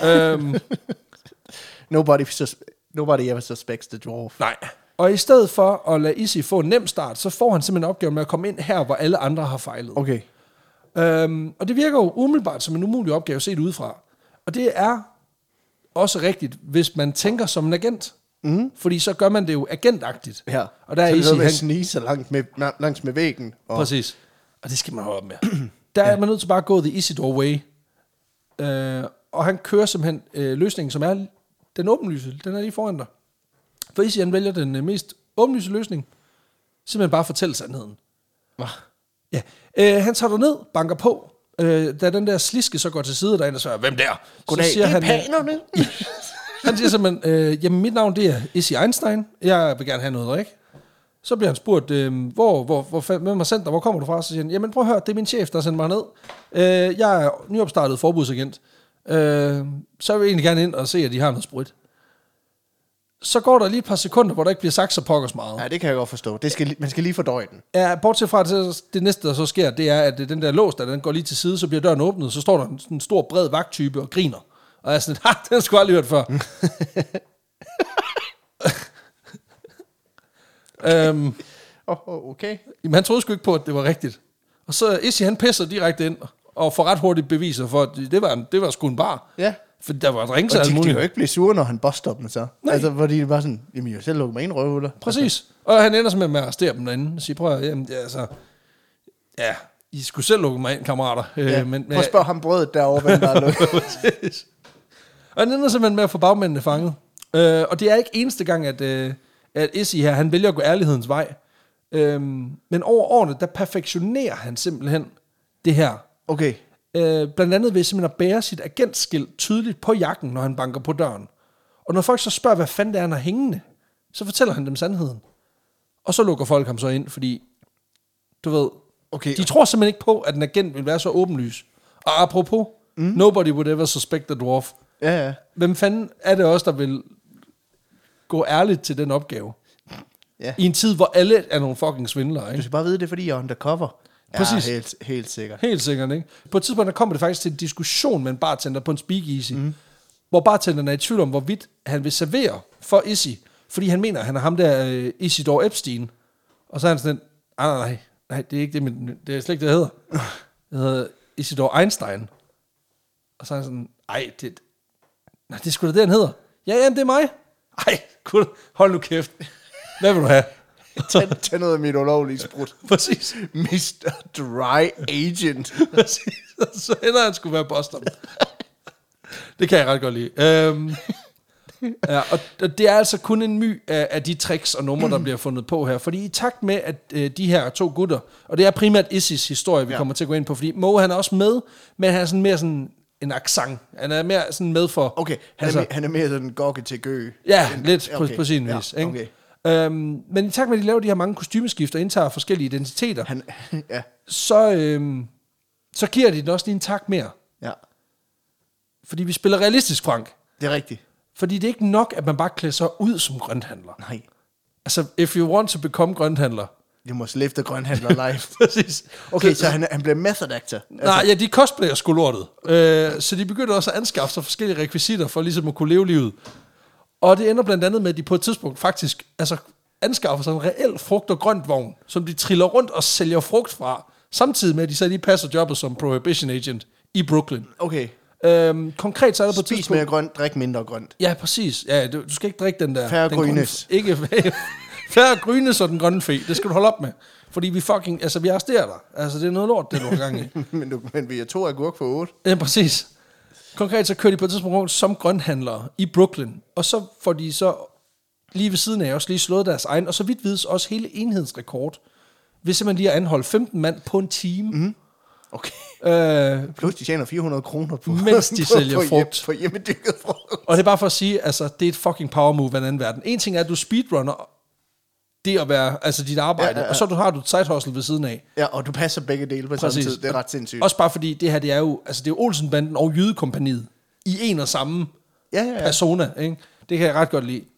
Nobody ever suspects the dwarf. Nej. Og i stedet for at lade Issy få en nem start, så får han simpelthen opgaven med at komme ind her, hvor alle andre har fejlet. Okay. Og det virker jo umiddelbart som en umulig opgave set udefra. Og det er også rigtigt, hvis man tænker som en agent. Fordi så gør man det jo agentagtigt. Ja, Og der er så Izzy, det med han... at snige sig langs med væggen. Og... Præcis. Og det skal man holde op med. Der er man nødt til bare at gå the Isidore way. Og han kører simpelthen løsningen, som er den åbenlyse. Den er lige foran dig. For Izzy, han vælger den mest åbenlyse løsning. Simpelthen bare fortælle sandheden. Hva? Ja. Han tager ned, banker på. Da den der sliske så går til side derinde og siger, hvem der? Goddag, så siger det er han, panerne. han siger simpelthen, jamen mit navn det er Izzy Einstein. Jeg vil gerne have noget drik. Så bliver han spurgt, hvem har sendt dig? Hvor kommer du fra? Så siger han, jamen prøv at høre, det er min chef, der har sendt mig ned. Jeg er nyopstartet forbudsagent. Så vil jeg egentlig gerne ind og se, at de har noget sprit. Så går der lige et par sekunder, hvor der ikke bliver sagt så pokkers meget. Ja, det kan jeg godt forstå. Man skal lige fordøje den. Ja, bortset fra det næste, der så sker, det er, at den der lås, der den går lige til side, så bliver døren åbnet, så står der en stor, bred vagttype og griner. Og jeg er sådan, den har sgu aldrig hørt før. Okay. Jamen, han troede sgu ikke på, at det var rigtigt. Og så Izzy, han pisser direkte ind, og får ret hurtigt beviser for, at det var sgu en bar. Ja. For der var drinks og Og alt de muligt. kan jo ikke blive sure, når han boster dem så. Nej. Altså, hvor de bare sådan, jamen jeg selv lukker mig ind, røvhuller. Præcis. Og han ender simpelthen med at arrestere dem derinde og sige, prøv at, jamen, ja, I skulle selv lukke mig ind, kammerater. Ja. Prøv at spørge ham brødet derovre, hvem der er lukket. Præcis. Og han ender simpelthen med at få bagmændene fanget. Og det er ikke eneste gang, at Izzy her, han vælger at gå ærlighedens vej. Men over årene, der perfektionerer han simpelthen det her. Okay. Blandt andet ved simpelthen at bære sit agentskilt tydeligt på jakken, når han banker på døren. Og når folk så spørger, hvad fanden det er, han har hængende, så fortæller han dem sandheden. Og så lukker folk ham så ind, fordi, du ved, Okay. de tror simpelthen ikke på, at en agent vil være så åbenlys. Og apropos, nobody would ever suspect the dwarf. Ja. Hvem fanden er det også, der vil gå ærligt til den opgave? Ja. I en tid, hvor alle er nogle fucking svindlere, Du ikke? skal bare vide det, fordi jeg er undercover. Præcis. Ja, helt sikkert. Helt sikkert, ikke? På et tidspunkt, der kommer det faktisk til en diskussion med en bartender på en speakeasy, hvor bartenderen er i tvivl om, hvorvidt han vil servere for Izzy, fordi han mener, at han er ham der Isidore Epstein. Og så er han sådan, nej, det er ikke det, det er slet ikke det, jeg hedder. Jeg hedder Isidore Einstein. Og så er han sådan, det er sgu da det, han hedder. Ja, jamen, det er mig. Ej, hold nu kæft. Hvad vil du have? Tag noget af mit ulovlige sprut. Præcis. Mr. Dry Agent. Præcis. Så ender han skulle være Boston. Det kan jeg ret godt lide. Ja, og det er altså kun en my af de tricks og numre, der bliver fundet på her. Fordi i takt med, at de her to gutter, og det er primært Izzys historie, vi kommer til at gå ind på, fordi Moe, han er også med, men han er sådan mere sådan en accent. Han er mere sådan med for... Okay, han er mere sådan en gokke til gø. Ja, lidt på sin vis. Ja, ikke? Men i takt med, at de laver de her mange kostymeskifter og indtager forskellige identiteter, så giver de den også lige en tak mere. Ja, Fordi vi spiller realistisk, Frank. det er rigtigt. Fordi det er ikke nok, at man bare klæder sig ud som grønthandler. Nej, Altså, if you want to become grønthandler. you must live the grønthandler life. Præcis. Okay, så han bliver method actor. Nej, ja, de cosplayer sgu lortet. Så de begyndte også at anskaffe sig forskellige rekvisitter for ligesom at kunne leve livet. Og det ender blandt andet med, at de på et tidspunkt faktisk anskaffer sig en reel frugt- og grøntvogn, som de triller rundt og sælger frugt fra, samtidig med, at de så lige passer jobbet som prohibition agent i Brooklyn. Okay, Konkret så er der på et spis tidspunkt... mere grønt, drik mindre grønt. Ja, præcis. Ja, du skal ikke drikke den der... Færre den grynes. Ikke færre grynes og den grønne fe. Det skal du holde op med. Fordi vi vi arresterer dig. Altså, det er noget lort, det du har gang i. men vi er 2 agurk for 8. Ja, præcis. Konkret så kører de på et tidspunkt rundt som grønthandlere i Brooklyn. Og så får de så lige ved siden af også lige slået deres egen, og så vidt vides også hele enhedens rekord, ved simpelthen lige at anholde 15 mand på en time. Mm. Okay. Plus de tjener 400 kroner på, mens de sælger frugt. på hjemmedyrket frugt. Og det er bare for at sige, altså, det er et fucking power move af en anden verden. En ting er, at du speedrunner det at være, altså dit arbejde, og så har du et side hustle ved siden af. Ja, og du passer begge dele på samme tid. Det er ret sindssygt. Også bare fordi, det her, det er jo Olsenbanden og Jydekompaniet i en og samme persona, ikke? Det kan jeg ret godt lide.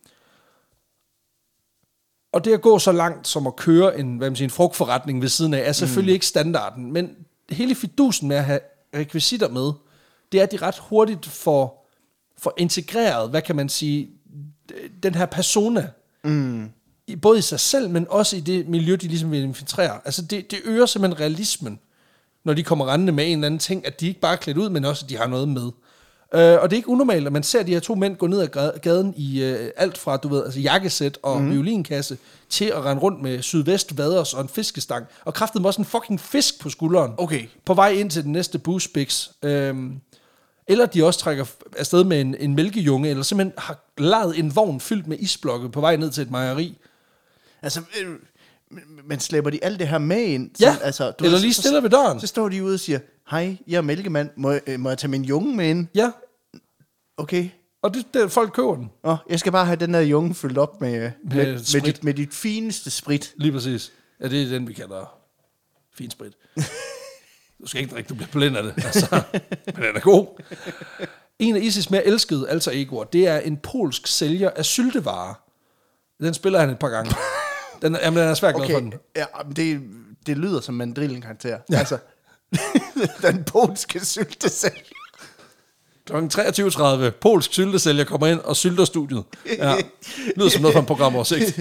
Og det at gå så langt som at køre en frugtforretning ved siden af, er selvfølgelig ikke standarden, men hele fidusen med at have rekvisitter med, det er, at de ret hurtigt får integreret, hvad kan man sige, den her persona, både i sig selv, men også i det miljø, de ligesom vil infiltrere. Altså det øger simpelthen realismen, når de kommer rendende med en eller anden ting, at de ikke bare er klædt ud, men også, at de har noget med. Og det er ikke unormalt, at man ser de her to mænd gå ned ad gaden i alt fra, du ved, altså jakkesæt og violinkasse, til at rende rundt med sydvest vaders og en fiskestang, og kraftedeme også en fucking fisk på skulderen, Okay. på vej ind til den næste busbix. Eller de også trækker afsted med en mælkejunge, eller simpelthen har ladet en vogn fyldt med isblokke på vej ned til et mejeri. Altså, men slæber de alt det her med ind? Ja, altså, eller lige stiller ved døren. Så står de ude og siger, hej, jeg er mælkemand, må jeg tage min junge med ind? Ja, Okay. og det folk køber den. Jeg skal bare have den der junge fyldt op med dit fineste sprit. Lige præcis. Ja, det er den, vi kalder fin sprit. Du skal ikke drikke, du bliver blind af det. Altså, men den er god. En af Isis mere elskede alter egoer, det er en polsk sælger af syltevarer. Den spiller han et par gange. Den er svært glad for den. Ja, det lyder som mandrillen-karakter. Ja. Altså, den polske syltesælger. Kl. 23.30. Polsk syltesælger kommer ind og sylter studiet. Ja. Lyder som noget fra en programoversigt.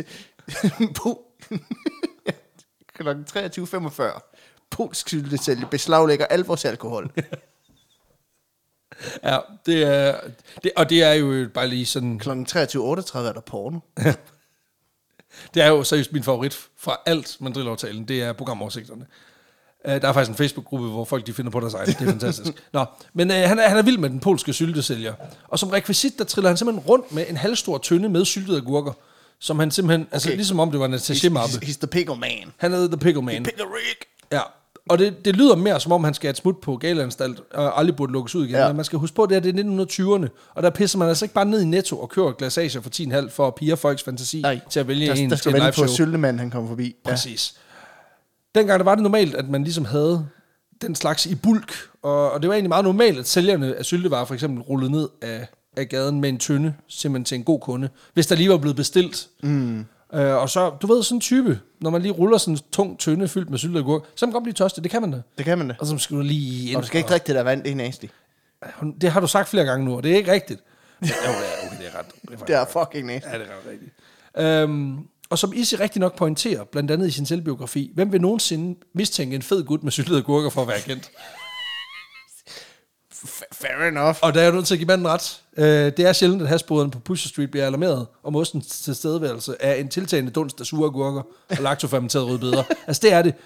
Kl. 23.45. Polsk syltesælger beslaglægger al vores alkohol. Ja, det er jo bare lige sådan... Kl. 23.38 er der porno. Det er jo seriøst min favorit fra alt mandrillaftalen. Det er programoversigterne. Der er faktisk en Facebook-gruppe, hvor folk de finder på deres egen. Det er fantastisk. Nå, men han er vild med den polske syltesælger. Og som rekvisit, der triller han simpelthen rundt med en halvstor tønde med syltede agurker. Som han simpelthen, altså ligesom om det var en attaché-mappe. He's the pickle man. Han er the pickle man. Pickle Rick. Ja, og det lyder mere som om han skal have et smut på galeanstalt og aldrig burde lukkes ud igen. Ja. Men man skal huske på, det er 1920'erne, og der pisser man altså ikke bare ned i Netto og kører glasager for 10,5 for at pige folks fantasi til at vælge en der skal til en vente live show. på syltemand, han kommer forbi. Præcis. Dengang der var det normalt, at man ligesom havde den slags i bulk, og det var egentlig meget normalt, at sælgerne af syltevarer for eksempel rullede ned af gaden med en tønde, simpelthen til en god kunde, hvis der lige var blevet bestilt. Og så, du ved, sådan en type, når man lige ruller sådan en tung tønde fyldt med syltet agurk, så kan man godt blive tørstig, det kan man da. Det kan man da. Og så skal du lige ind. Og du skal ikke drikke det der vand, det er nasty. Det har du sagt flere gange nu, og det er ikke rigtigt. Jo, det er ret. Det er fucking nasty. Ja, det er ret rigtigt. Og som Isi rigtig nok pointerer, blandt andet i sin selvbiografi, hvem vil nogensinde mistænke en fed gut med syltede agurker for at være kendt? Fair enough. Og der er jo nødt til at give manden ret. Det er sjældent, at hashboderne på Pusher Street bliver alarmeret om ostens tilstedeværelse af en tiltagende dunst af sure agurker og laktofermenterede rødbeder. Altså det er det.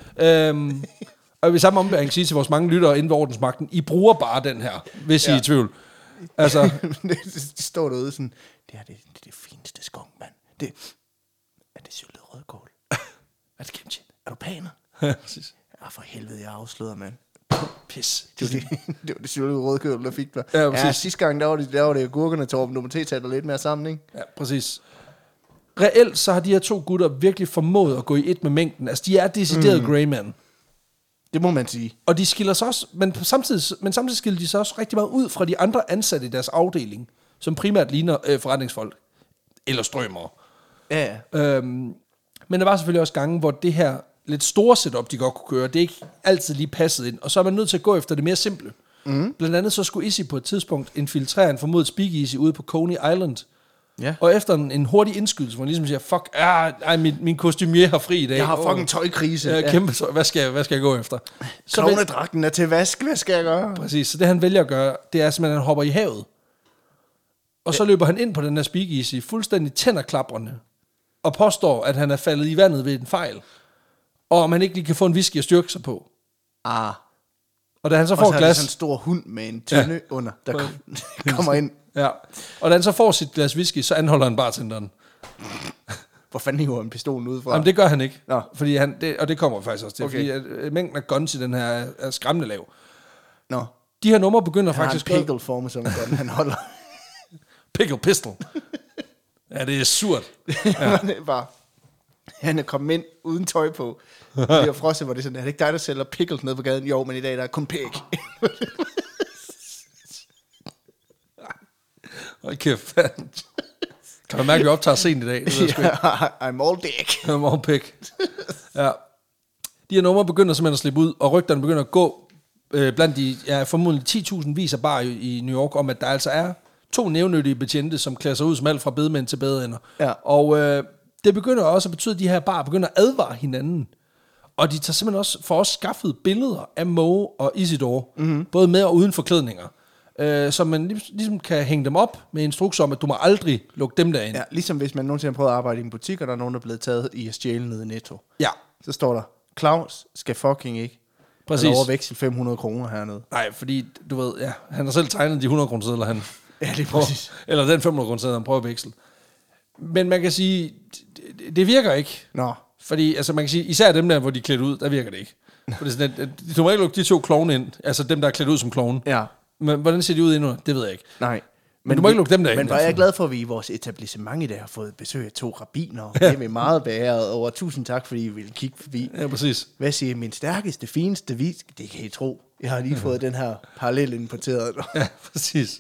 Og vi samme ombæring sige til vores mange lyttere inden ved ordensmagten, I bruger bare den her, hvis I er i tvivl. Altså. De står derude sådan, det er det fineste skong, mand. Er det syltet rødkål? Er det kimchi? Er du paner? Ja, præcis. Ja, for helvede, jeg afslører, mand. Pis. Det var det syltede rødkål, der fik dig. Ja, sidste gang, der var det agurkerne, Torben. Du må tage lidt mere sammen, ikke? Ja, præcis. Reelt så har de her to gutter virkelig formået at gå i et med mængden. Altså, de er decideret Greyman. Det må man sige. Og de skiller sig også, men samtidig skiller de sig også rigtig meget ud fra de andre ansatte i deres afdeling, som primært ligner forretningsfolk. Eller strømere. Ja. Men der var selvfølgelig også gange, hvor det her lidt store setup, de godt kunne køre, det er ikke altid lige passet ind. Og så er man nødt til at gå efter det mere simple. Blandt andet så skulle Isi på et tidspunkt infiltrere en formodet speakeasy ude på Coney Island. Ja. Og efter en hurtig indskydelse, hvor man ligesom siger, fuck, min kostumier har fri i dag. Jeg har fucking tøjkrise. Ja, kæmpe tøj. Hvad skal jeg gå efter? Klovnedragten er til vask, hvad skal jeg gøre? Præcis, så det han vælger at gøre, det er simpelthen, at han hopper i havet. Og så løber han ind på den her speakeasy, fuldstændig tænderklaprende, og påstår, at han er faldet i vandet ved en fejl. Og om han ikke lige kan få en whisky at styrke sig på. Og da han så får et glas... sådan en stor hund med en tynde under, der kommer ind. Ja. Og da han så får sit glas whisky, så anholder han bartenderen. Hvor fanden hiver han pistolen ud fra? Jamen, det gør han ikke. Nå. Fordi og det kommer faktisk også til, fordi at mængden af guns i den her er skræmmende lav. Nå. De her numre begynder han faktisk... Han har en pickle form som gun, han holder. Pickle pistol. Ja, det er surt. Ja. Han er kommet ind uden tøj på. Det er frosset, hvor det er sådan, er det ikke dig, der sælger pickles nede på gaden? Jo, men i dag der er kun pæk. Hold kæft. Kan man mærke, at vi optager sent i dag? Det ved I'm all dick. I'm all pick. Ja. De her numre begynder simpelthen at slippe ud, og rygterne begynder at gå blandt de formodentlig 10.000 vis af bar i New York, om at der altså er 2 nævnyttige betjente, som klæder sig ud som alt fra bedemænd til badeender. Ja. Og det begynder også at betyde, at de her bar begynder at advare hinanden. Og de tager simpelthen også for os skaffet billeder af Moe og Isidore, både med og uden forklædninger. så man ligesom kan hænge dem op med instrukser om, at du må aldrig lukke dem derind. Ja, ligesom hvis man nogensinde har prøvet at arbejde i en butik, og der er nogen, der er blevet taget i at stjæle nede i Netto. Ja. Så står der, Claus skal fucking ikke Præcis. overveksle 500 kroner hernede. Nej, fordi du ved, ja, han har selv tegnet de 100 kroner sedler, han Ja, det er præcis. eller den 500 kroner sedler, han prøver at veksle. Men man kan sige, det virker ikke. Nå. Fordi, altså man kan sige, især dem der, hvor de er klædt ud, der virker det ikke. Fordi sådan, at du må ikke lukke de 2 klovne ind, altså dem, der er klædt ud som klovne. Ja. Men hvordan ser de ud endnu? Det ved jeg ikke. Nej. Men du må ikke lukke dem der ind. Men hvor er jeg glad for, at vi i vores etablissement i dag har fået besøg af 2 rabbiner. Det er vi meget beæret over. Tusind tak, fordi I ville kigge forbi. Ja, præcis. Hvad siger min stærkeste, fineste vis? Det kan I tro. Jeg har lige fået den her parallel importeret. Ja, præcis.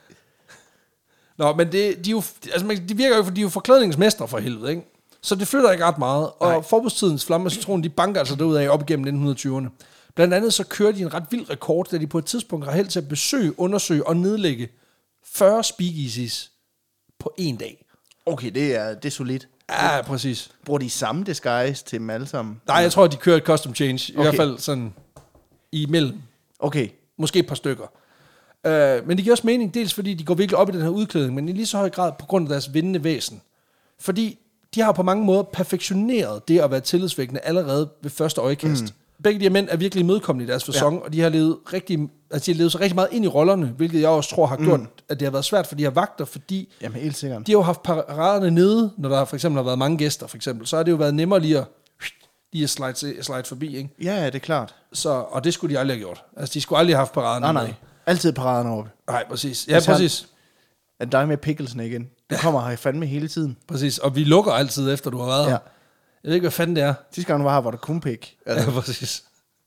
Nå, men de virker jo, fordi de er jo forklædningsmestre for helvede, ikke? Så det flytter ikke ret meget. Og forbudstidens flamme og citron, de banker altså derudad op igennem 1920'erne. Blandt andet så kører de en ret vild rekord, da de på et tidspunkt har held til at besøge, undersøge og nedlægge 40 speakeasies på en dag. Okay, det er solidt. Ja, præcis. Bruger de samme disguise til dem alle sammen? Nej, jeg tror, de kører et custom change. I Okay. hvert fald sådan imellem. Okay. Måske et par stykker. Men det giver også mening, dels fordi de går virkelig op i den her udklædning, men i lige så høj grad på grund af deres vindende væsen. Fordi de har på mange måder perfektioneret det at være tillidsvækkende allerede ved første øjekast. Begge de her mænd er virkelig imødekommende i deres facon, og de har levet sig rigtig meget ind i rollerne, hvilket jeg også tror har gjort, at det har været svært for de her vagter, fordi Jamen, helt sikkert. de har jo haft paraderne nede, når der for eksempel har været mange gæster, for eksempel. Så har det jo været nemmere lige at slide forbi, ikke? Ja, det er klart. Og det skulle de aldrig have gjort. Altså, de skulle aldrig have haft paraderne Nej. med. Altid paraden oppe. Nej, præcis. Ja, præcis. Er dig med Pickelsen igen? Du kommer her fandme hele tiden. Præcis, og vi lukker altid efter, du har været her. Ja. Jeg ved ikke, hvad fanden det er. Sidste gang du var her, var der kun pik. Ja, præcis.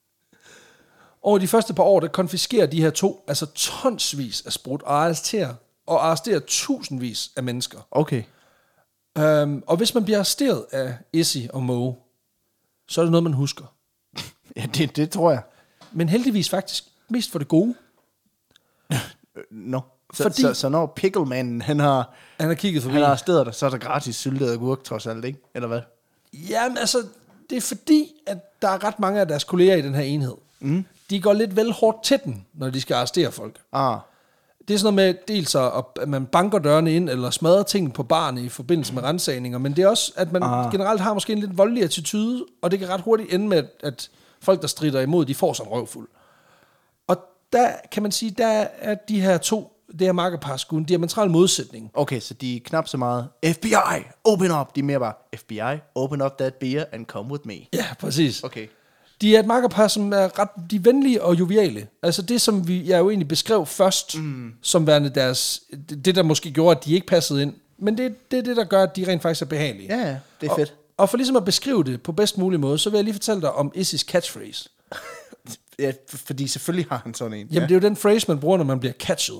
Over de første par år, der konfiskerer de her 2, altså tonsvis af sprut, og arresterer tusindvis af mennesker. Okay. Og hvis man bliver arresteret af Izzy og Moe, så er det noget, man husker. Ja, det tror jeg. Men heldigvis faktisk mest for det gode. Nå. Fordi- Så når Picklemanden, han har kigget forbi. arresteret dig, så er der gratis syltet agurk trods alt, ikke? Eller hvad? Jamen altså, det er fordi, at der er ret mange af deres kolleger i den her enhed. De går lidt vel hårdt til den, når de skal arrestere folk. Det er sådan noget med dels at man banker dørene ind, eller smadrer ting på barne i forbindelse med ransagninger, men det er også, at man generelt har måske en lidt voldelig attitude, og det kan ret hurtigt ende med, at folk, der strider imod, de får sådan en røvfuld. Og der kan man sige, der er de her 2, det her makkerpar sgu en diametral modsætning. Okay, så de er knap så meget FBI, open up. De er mere bare FBI, open up that beer and come with me. Ja, præcis. Okay. De er et makkerpar, som er de er venlige og joviale. Altså det, som jeg jo egentlig beskrev først, som værende deres, det der måske gjorde, at de ikke passede ind. Men det er det, der gør, at de rent faktisk er behagelige. Ja, det er fedt. Og for ligesom at beskrive det på bedst mulig måde, så vil jeg lige fortælle dig om Izzys catchphrase. Ja, fordi selvfølgelig har han sådan en. Jamen, det er jo den phrase, man bruger, når man bliver catchet.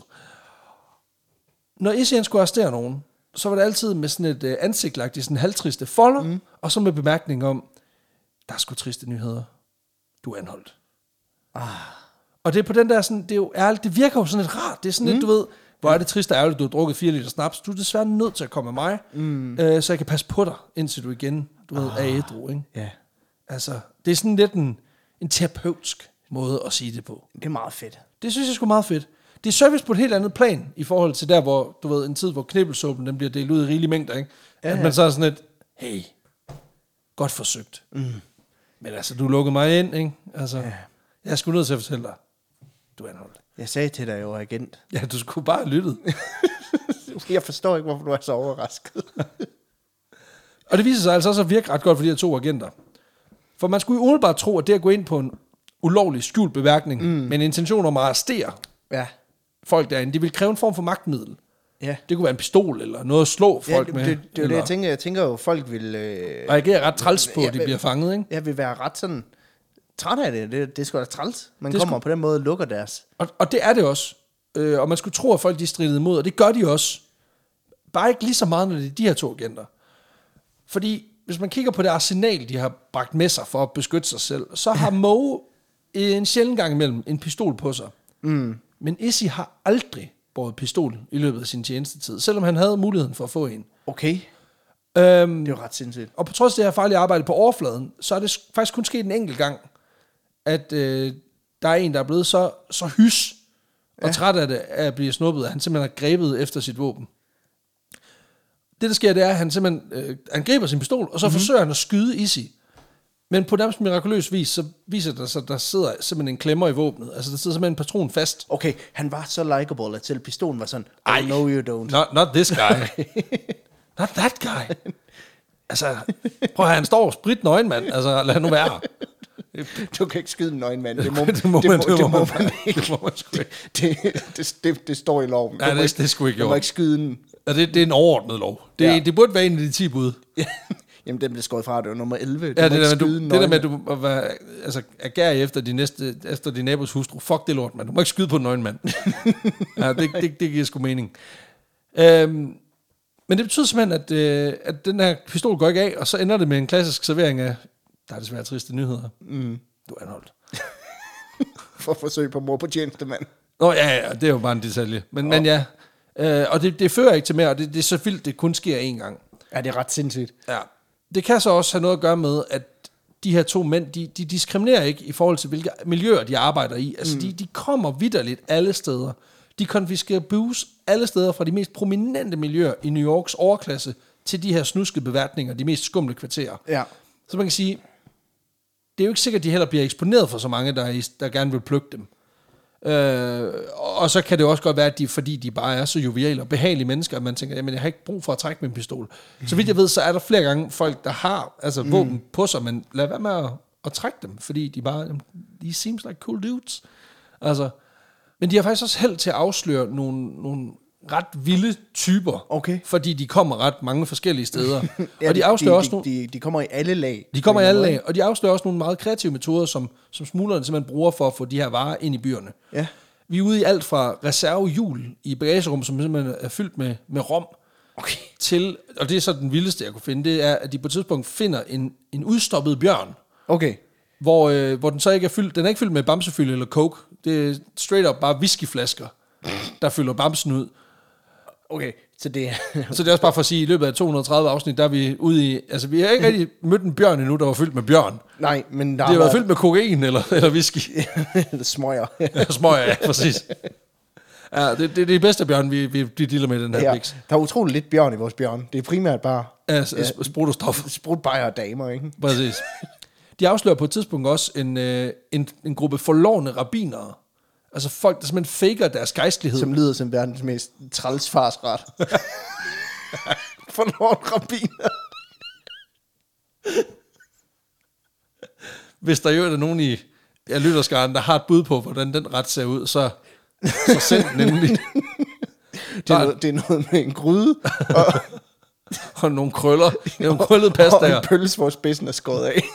Når Izzy skulle arrestere nogen, så var det altid med sådan et ansigt lagt i sådan en halvtriste folder, og så med bemærkning om, der er sgu triste nyheder. Du er anholdt. Og det er på den der sådan, det er jo ærligt, det virker jo sådan lidt rart. Det er sådan lidt, du ved, hvor er det trist og ærgerligt, du har drukket 4 liter snaps. Du er desværre nødt til at komme med mig, så jeg kan passe på dig, indtil du igen, du ved, er ædru, ikke? Ja. Altså, det er sådan lidt en terapeutisk måde at sige det på. Det er meget fedt. Det synes jeg sgu meget fedt. Det er service på et helt andet plan, i forhold til der, hvor, du ved, en tid, hvor knibbelsåben, den bliver delt ud i rigelige mængder, ikke? Ja, At man så er sådan lidt, hey, godt forsøgt. Men altså, du lukkede mig ind, ikke? Altså, jeg er sgu nødt til at fortælle dig, du er anholdt. Jeg sagde til dig jo, agent. Ja, du skulle bare have lyttet. Jeg forstår ikke, hvorfor du er så overrasket. Og det viser sig altså også at virke ret godt for de her 2 agenter. For man skulle jo umiddelbart tro, at det at gå ind på en ulovlig skjult beværkning, med en intention om at arrestere Ja. folk derinde, det ville kræve en form for magtmiddel. Ja. Det kunne være en pistol, eller noget at slå folk med. Det er jo det, jeg tænker. Jeg tænker jo, folk vil... reagerer ret træls på, at de bliver fanget, ikke? Jeg vil være ret sådan... træt af det. Det er sgu da træls. Man Det kommer på den måde og lukker deres... Og det er det også. Og man skulle tro, at folk de stridede imod, og det gør de også. Bare ikke lige så meget, når det er de her 2 agenter. Fordi hvis man kigger på det arsenal, de har bragt med sig for at beskytte sig selv, så har Moe en sjælden gang imellem en pistol på sig. Men Izzy har aldrig båret pistol i løbet af sin tjenestetid, selvom han havde muligheden for at få en. Okay. Det er jo ret sindssygt. Og på trods af det her farlige arbejde på overfladen, så er det faktisk kun sket en enkelt gang, at der er en, der er blevet så hys og træt af det, af at blive snuppet, at han simpelthen har grebet efter sit våben. Det, der sker, det er, at han simpelthen han griber sin pistol, og så forsøger han at skyde Izzy. Men på nærmest mirakuløs vis, så viser det sig, at der sidder simpelthen en klemmer i våbnet. Altså, der sidder simpelthen en patron fast. Okay, han var så likeable, at selv pistolen var sådan, I know you don't. Not this guy. Not that guy. Altså, prøv at han står sprit nøgen, mand. Altså, lad nu være. Du kan ikke skyde en nøgen mand. Det må man sgu ikke. Det står i loven. Ja, det skulle ikke jo. Du må ikke skyde den. Ja, det er en overordnet lov. Det burde være en af de 10 bud. Jamen, den blev skåret fra, det var nummer 11. Det der med, at du er gærig efter din nabos hustru. Fuck det lort, mand. Du må ikke skyde på en nøgen mand. Ja, det giver sgu mening. Men det betyder simpelthen, at den her pistol går ikke af, og så ender det med en klassisk servering af, der er desværre triste nyheder. Du er anholdt. For at forsøge på mord på tjenestemand. Nå ja, det er jo bare en detalje. Men ja, og det fører ikke til mere, og det er så vildt, det kun sker én gang. Ja, det er ret sindssygt. Ja. Det kan så også have noget at gøre med, at de her 2 mænd, de diskriminerer ikke i forhold til, hvilke miljøer de arbejder i. Altså, de kommer vitterligt alle steder. De konfiskerer booze alle steder, fra de mest prominente miljøer i New Yorks overklasse, til de her snuskede beværtninger, de mest skumle kvarterer. Ja. Så man kan sige, det er jo ikke sikkert, at de heller bliver eksponeret for så mange, der gerne vil plukke dem. Og så kan det også godt være, at fordi de bare er så joviale og behagelige mennesker, at man tænker, jamen jeg har ikke brug for at trække min pistol. Så vidt jeg ved, så er der flere gange folk, der har våben på sig, men lad være med at trække dem, fordi de bare, de seems like cool dudes. Altså, men de har faktisk også held til at afsløre nogle ret vilde typer, fordi de kommer ret mange forskellige steder. Ja, og de afslører også de kommer i alle lag. De kommer i alle lag, og de afslører også nogle meget kreative metoder, som smuglerne simpelthen bruger for at få de her varer ind i byerne. Ja. Vi er ude i alt fra reservehjul i bagagerum, som simpelthen er fyldt med rom, til, og det er så den vildeste, jeg kunne finde, det er, at de på et tidspunkt finder en udstoppet bjørn. Okay. Hvor den så ikke er fyldt, den er ikke fyldt med bamsefylde eller coke. Det er straight up bare whiskyflasker, der fylder bamsen ud. Okay, så det er også bare for at sige, at i løbet af 230 afsnit, der er vi ude i, altså vi har ikke rigtig mødt en bjørn endnu, der var fyldt med bjørn. Nej, men det har været fyldt med kokain eller whisky. Eller smøger. Smøger, ja, præcis. Ja, det er det bedste bjørn, vi dealer med i den her mix. Der er utroligt lidt bjørn i vores bjørn. Det er primært bare sprut og stof. Sprutbajer og damer, ikke? Præcis. De afslører på et tidspunkt også en gruppe forlovne rabbinere. Altså folk, der simpelthen faker deres gejstlighed. Som lyder som verdens mest træls farsret. Forlovne rabbiner. Hvis der jo er nogen i lytterskaren, der har et bud på, hvordan den ret ser ud, så send den endelig. Det er noget med en gryde. Og nogle krøller. Nogle krøllede pastaer. Og en pølse, hvor spidsen er skåret af.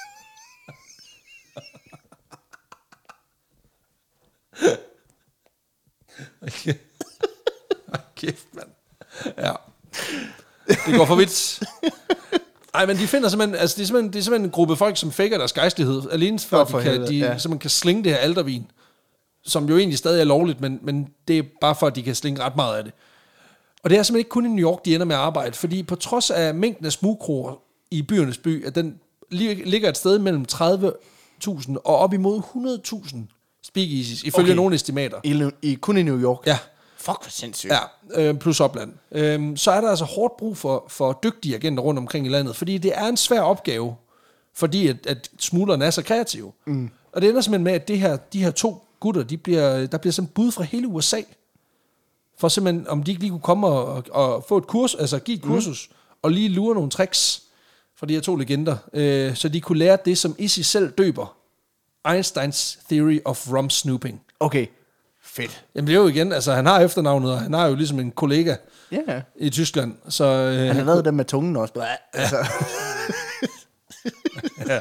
Okay. Kæft, mand. Ja. Det går for vidt. Nej, men de finder simpelthen, altså det er simpelthen en gruppe folk, som faker deres gejstlighed, alene for at man kan slinge det her aldervin, som jo egentlig stadig er lovligt, men det er bare for, at de kan slinge ret meget af det. Og det er simpelthen ikke kun i New York, de ender med at arbejde, fordi på trods af mængden af smugkroer i byernes by, at den ligger et sted mellem 30.000 og op imod 100.000 speakeasies, ifølge nogle estimater. Kun i New York? Ja. Fuck, hvor sindssygt. Ja, plus opland. Så er der altså hårdt brug for dygtige agenter rundt omkring i landet, fordi det er en svær opgave, fordi at smuglerne er så kreative. Og det ender simpelthen med, at de her 2 gutter, der bliver sådan bud fra hele USA, for simpelthen, om de ikke lige kunne komme og få et kurs, altså give et kursus, og lige lure nogle tricks fra de her 2 legender, så de kunne lære det, som Izzy selv døber, Einsteins Theory of Rum Snooping. Okay, fedt. Jamen det er jo igen, altså han har efternavnet, og han har jo ligesom en kollega i Tyskland. Så, han har lavet dem med tungen også. Altså. Ja.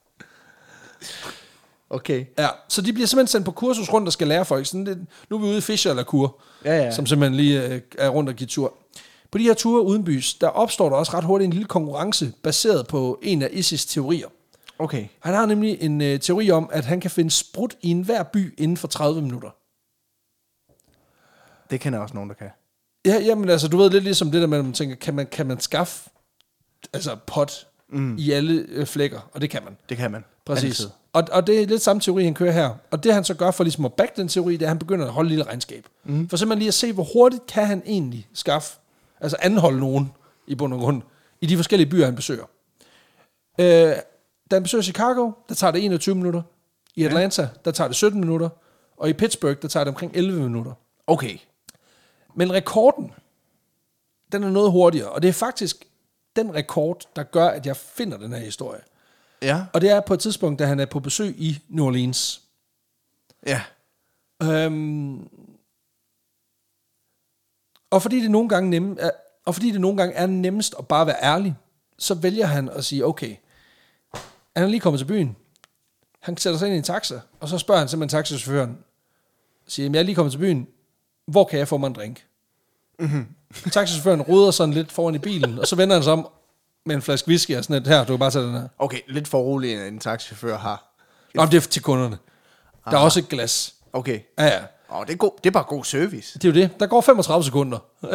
Okay. Ja, så de bliver simpelthen sendt på kursus rundt og skal lære folk. Sådan nu er vi ude i Fischer eller Kur, som simpelthen lige er rundt og giver tur. På de her ture uden bys, der opstår der også ret hurtigt en lille konkurrence, baseret på en af Izzys teorier. Okay. Han har nemlig en teori om, at han kan finde sprut i enhver by inden for 30 minutter. Det kender også nogen, der kan. Ja, jamen altså, du ved lidt ligesom det der med, at man tænker, kan man skaffe pot i alle flækker? Og det kan man. Det kan man. Præcis. Altid. Og det er lidt samme teori, han kører her. Og det han så gør for ligesom at back den teori, det er, at han begynder at holde et lille regnskab. For simpelthen lige at se, hvor hurtigt kan han egentlig skaffe, altså anholde nogen i bund og grund, i de forskellige byer, han besøger. Da han besøger Chicago, der tager det 21 minutter. I Atlanta, der tager det 17 minutter. Og i Pittsburgh, der tager det omkring 11 minutter. Okay. Men rekorden, den er noget hurtigere. Og det er faktisk den rekord, der gør, at jeg finder den her historie. Ja. Og det er på et tidspunkt, da han er på besøg i New Orleans. Ja. Og fordi det nogle gange er nemmest at bare være ærlig, så vælger han at sige, okay, han er lige kommet til byen. Han sætter sig ind i en taxa, og så spørger han simpelthen taxichaufføren, siger, jeg er lige kommet til byen, hvor kan jeg få mig en drink? Mm-hmm. Taxichaufføren ruder sådan lidt foran i bilen, og så vender han sig om med en flaske whisky og sådan lidt, her, du kan bare tage den her. Okay, lidt for rolig, end en taxichauffør har. Nå, det er til kunderne. Der er også et glas. Okay. Ja. Det er bare god service. Det er jo det. Der går 35 sekunder,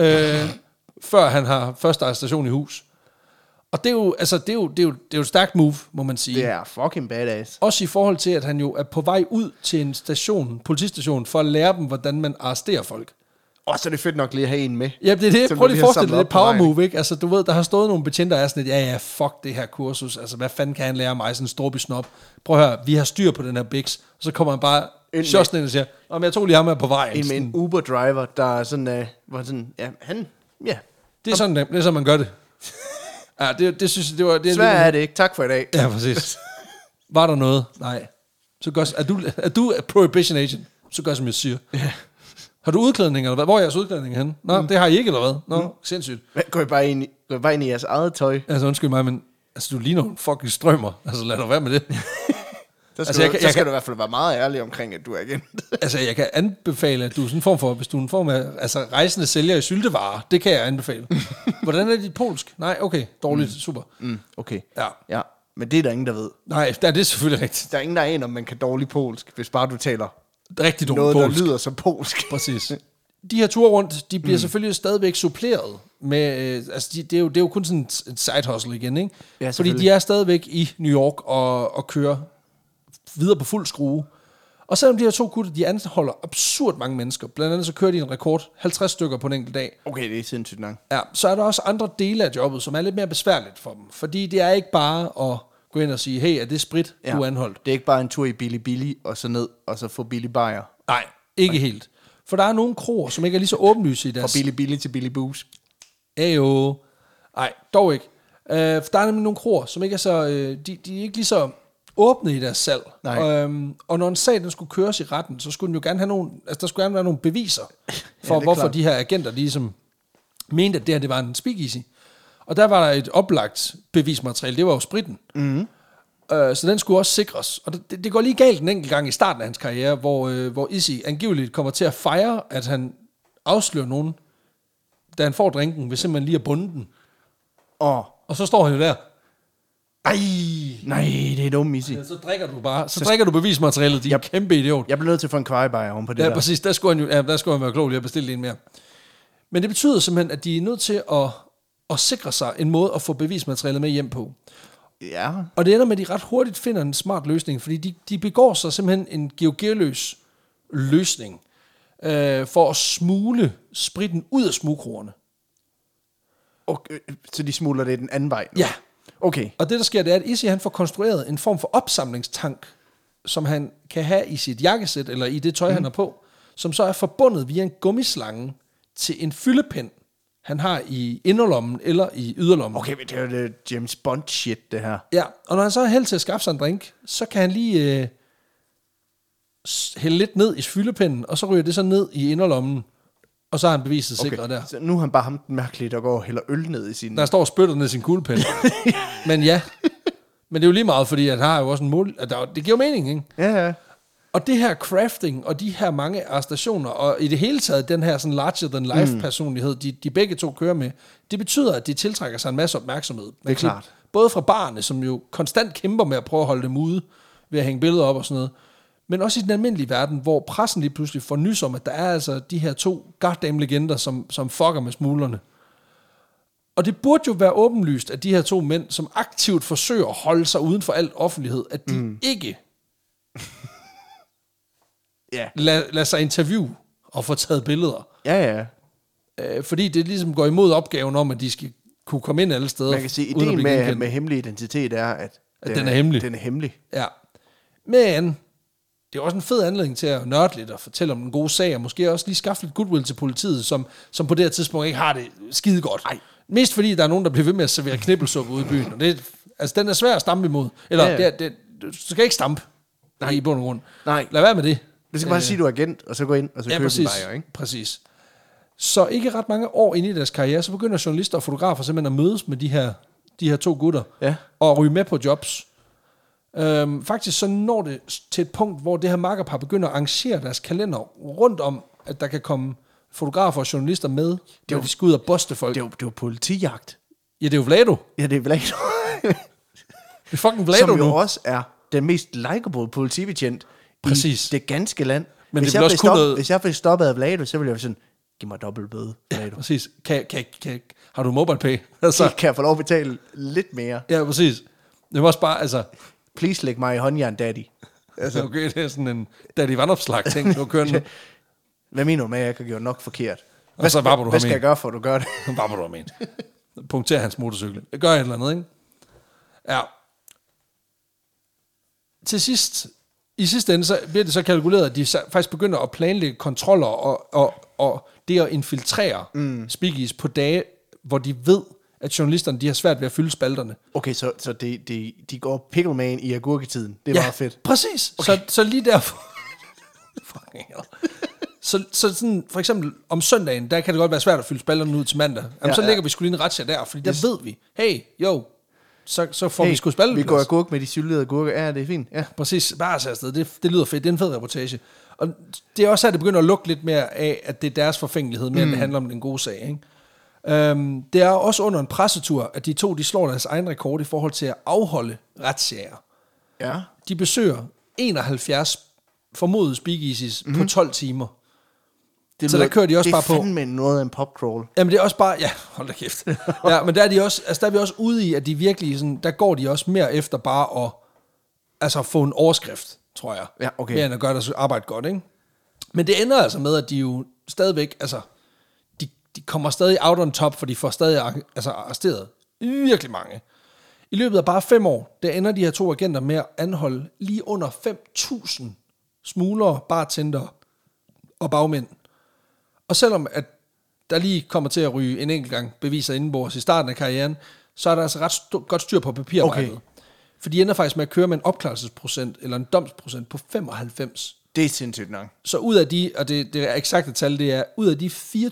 før han har første arrestation i hus. Og det er jo et stærkt move, må man sige. Det er fucking badass. Også i forhold til, at han jo er på vej ud til en politistation, for at lære dem, hvordan man arresterer folk. Så er det fedt nok lige at have en med. Ja, det er det. Prøv lige at forestille dig, det power move, ikke? Altså, du ved, der har stået nogle betjenter, der er sådan lidt, ja, fuck det her kursus. Altså, hvad fanden kan han lære mig, sådan en storbysnop? Prøv at høre, vi har styr på den her biks. Og så kommer han bare shotsen ind og siger, jeg tog lige ham her på vej. En med en Uber-driver, der er sådan, hvor sådan, ja, han, ja. Det er sådan, det er sådan, man gør det. Ja, det synes jeg, det var... Svært er det ikke. Tak for i dag. Ja, præcis. Var der noget? Nej. Så gør, er du prohibition agent? Så gør, som jeg siger. Ja. Har du udklædning, eller hvad? Hvor er jeres udklædning henne? Nå, det har I ikke, eller hvad? Nå, sindssygt. Går I bare ind i jeres eget tøj? Altså, undskyld mig, men altså, du ligner en fucking strømmer. Altså, lad dig være med det. Så skal du i hvert fald være meget ærlig omkring, at du er agent. Altså, jeg kan anbefale, at du er sådan en form for, hvis du er en form af rejsende sælger i syltevarer, det kan jeg anbefale. Hvordan er dit polsk? Nej, okay, dårligt, super. Okay. Ja. Men det er der ingen, der ved. Nej, det er selvfølgelig rigtigt. Der er ingen, der aner, om man kan dårligt polsk, hvis bare du taler rigtig dårligt noget, polsk. der lyder som polsk. Præcis. De her ture rundt, de bliver selvfølgelig stadigvæk suppleret med, altså det er jo kun sådan et side hustle igen, ikke? Ja, fordi de er stadigvæk i New York og kører videre på fuld skrue. Og selvom de her to gutter, de anholder absurd mange mennesker, blandt andet så kører de en rekord, 50 stykker på en enkelt dag. Okay, det er sindssygt nok. Ja, så er der også andre dele af jobbet, som er lidt mere besværligt for dem. Fordi det er ikke bare at gå ind og sige, hey, er det sprit, du er anholdt? Det er ikke bare en tur i Billy, og så ned, og så få Billy Bayer. Nej, ikke helt. For der er nogle kroer, som ikke er lige så åbenlyse i deres... Fra Billy til Billy Boos. Jo. Nej, dog ikke. Der er nemlig nogle kroer, som ikke er så... De er ikke lige så åbne i deres salg. Og når en sag den skulle køres i retten, så skulle den jo gerne have nogle... Altså, der skulle gerne være nogle beviser for, hvorfor klart. De her agenter ligesom mente, at det var en speakeasy. Og der var der et oplagt bevismateriale. Det var jo spritten. Mm-hmm. Så den skulle også sikres. Og det går lige galt en enkelt gang i starten af hans karriere, hvor Izzy angiveligt kommer til at fejre, at han afslører nogen, da han får drinken, ved simpelthen lige at bunde den. Og så står han jo der. Nej, det er dumt, Izzy. Ja, så drikker du bare. Så drikker du bevismaterialet, din kæmpe idiot. Jeg blev nødt til at få en kvajebajer oven på det der. Ja, præcis. Der skulle han være klog lige at bestille en mere. Men det betyder simpelthen, at de er nødt til at sikre sig en måde at få bevismaterialet med hjem på. Ja. Og det ender med, at de ret hurtigt finder en smart løsning, fordi de begår sig simpelthen en geogearløs løsning for at smule spritten ud af smugkroerne. Okay, så de smugler det den anden vej nu? Ja. Okay. Og det, der sker, det er, at Izzy han får konstrueret en form for opsamlingstank, som han kan have i sit jakkesæt, eller i det tøj, han har på, som så er forbundet via en gummislange til en fyldepind, han har i inderlommen eller i yderlommen. Okay, men det er jo det James Bond shit, det her. Ja, og når han så er held til at skaffe sig en drink, så kan han lige hælde lidt ned i fyldepinden, og så ryger det så ned i inderlommen, og så har han beviset sikret der. Så nu er han bare ham den mærkelige, der går og hælder øl ned i sin... Der står og spytter ned i sin kuglepen. Men ja, men det er jo lige meget, fordi han har jo også en mål... Det giver jo mening, ikke? Ja. Og det her crafting, og de her mange arrestationer, og i det hele taget den her sådan larger-than-life personlighed, de begge to kører med, det betyder, at de tiltrækker sig en masse opmærksomhed. Det er klart. Både fra barne, som jo konstant kæmper med at prøve at holde dem ude, ved at hænge billeder op og sådan noget, men også i den almindelige verden, hvor pressen lige pludselig får nys om, at der er altså de her to goddamn legender, som fucker med smuglerne. Og det burde jo være åbenlyst, at de her to mænd, som aktivt forsøger at holde sig uden for alt offentlighed, at de ikke Ja. Lad sig interview og få taget billeder. Ja. Fordi det ligesom går imod opgaven om, at de skal kunne komme ind alle steder. Man kan sige, ideen med hemmelig identitet er, at den er hemmelig. Den er hemmelig. Ja. Men det er også en fed anledning til at nørde lidt og fortælle om den gode sag, og måske også lige skaffe lidt goodwill til politiet, som på det her tidspunkt ikke har det skide godt. Nej. Mest fordi der er nogen, der bliver ved med at servere knibbelsuppe ude i byen. Og det, altså, den er svær at stampe imod. Eller, ja. Du skal ikke stampe. Nej. I bund og grund. Nej. Lad være med det. Det skal bare sige, at du er agent, og så gå ind, og så købe en bajer, ikke? Præcis. Så ikke ret mange år inde i deres karriere, så begynder journalister og fotografer simpelthen at mødes med de her to gutter, og ryge med på jobs. Faktisk så når det til et punkt, hvor det her makkerpar begynder at arrangere deres kalender rundt om, at der kan komme fotografer og journalister med, når de skal ud og boste folk. Det var politijagt. Ja, det er jo Vlado. Ja, det er Vlado. Det er fucking Vlado som jo nu. også er den mest likable politibetjent i det ganske land. Men hvis jeg fik stoppet af Vlado, så ville jeg jo sådan, giv mig dobbelt bøde, Vlado. Ja, præcis. Har du MobilePay? Altså, kan jeg få lov at betale lidt mere? Ja, præcis. Det var også bare, altså... Please læg mig i håndjern, daddy. Altså. Okay, det er sådan en Daddy Vandopslag ting, du kører nu. Hvad mener du med, at jeg ikke har gjort nok forkert? Hvad skal jeg gøre for, at du gør det? Hvad må du have ment? Punkter hans motorcykel. Jeg gør et eller andet, ikke? Ja. Til sidst, i sidste ende, så bliver det så kalkuleret, at de faktisk begynder at planlægge kontroller og det at infiltrere Speakeasy på dage, hvor de ved, at journalisterne de har svært ved at fylde spalterne. Okay, så de går pickleman i agurketiden. Det er meget fedt. Præcis. Okay. Så lige derfor... så sådan, for eksempel om søndagen, der kan det godt være svært at fylde spalterne ud til mandag. Jamen, så lægger vi sgu lige en razzia der, fordi der ved vi, hey, så får vi sgu spalteplads. Vi går agurk med de syltede agurker. Ja, det er fint. Ja. Præcis. Bare så afsted. Det lyder fedt. Det er en fed reportage. Og det er også her, det begynder at lugte lidt mere af, at det er deres forfængelighed, mere end det handler om den gode sag, ikke? Det er også under en pressetur, at de slår deres egen rekord i forhold til at afholde retssager. Ja. De besøger 71 formodede speakeasies på 12 timer. Så der kører de også bare på. Det er fandme noget af en popcrawl. Jamen det er også bare, ja, hold da kæft. Ja, men der er de også, altså der er vi også ude i, at de virkelig sådan, der går de også mere efter bare at, altså få en overskrift, tror jeg. Ja, okay. Mere end at gøre deres arbejde godt, ikke? Men det ender altså med, at de jo stadigvæk, altså, de kommer stadig out on top, for de får stadig arresteret virkelig mange. I løbet af bare 5 år, der ender de her 2 agenter med at anholde lige under 5.000 smuglere, bartender og bagmænd. Og selvom at der lige kommer til at ryge en enkelt gang beviser indenbords i starten af karrieren, så er der altså ret godt styr på papirarbejdet. Okay. For de ender faktisk med at køre med en opklarelsesprocent, eller en domsprocent på 95. Det er sindssygt nok. Så ud af de, og det er eksakte tal, det er, ud af de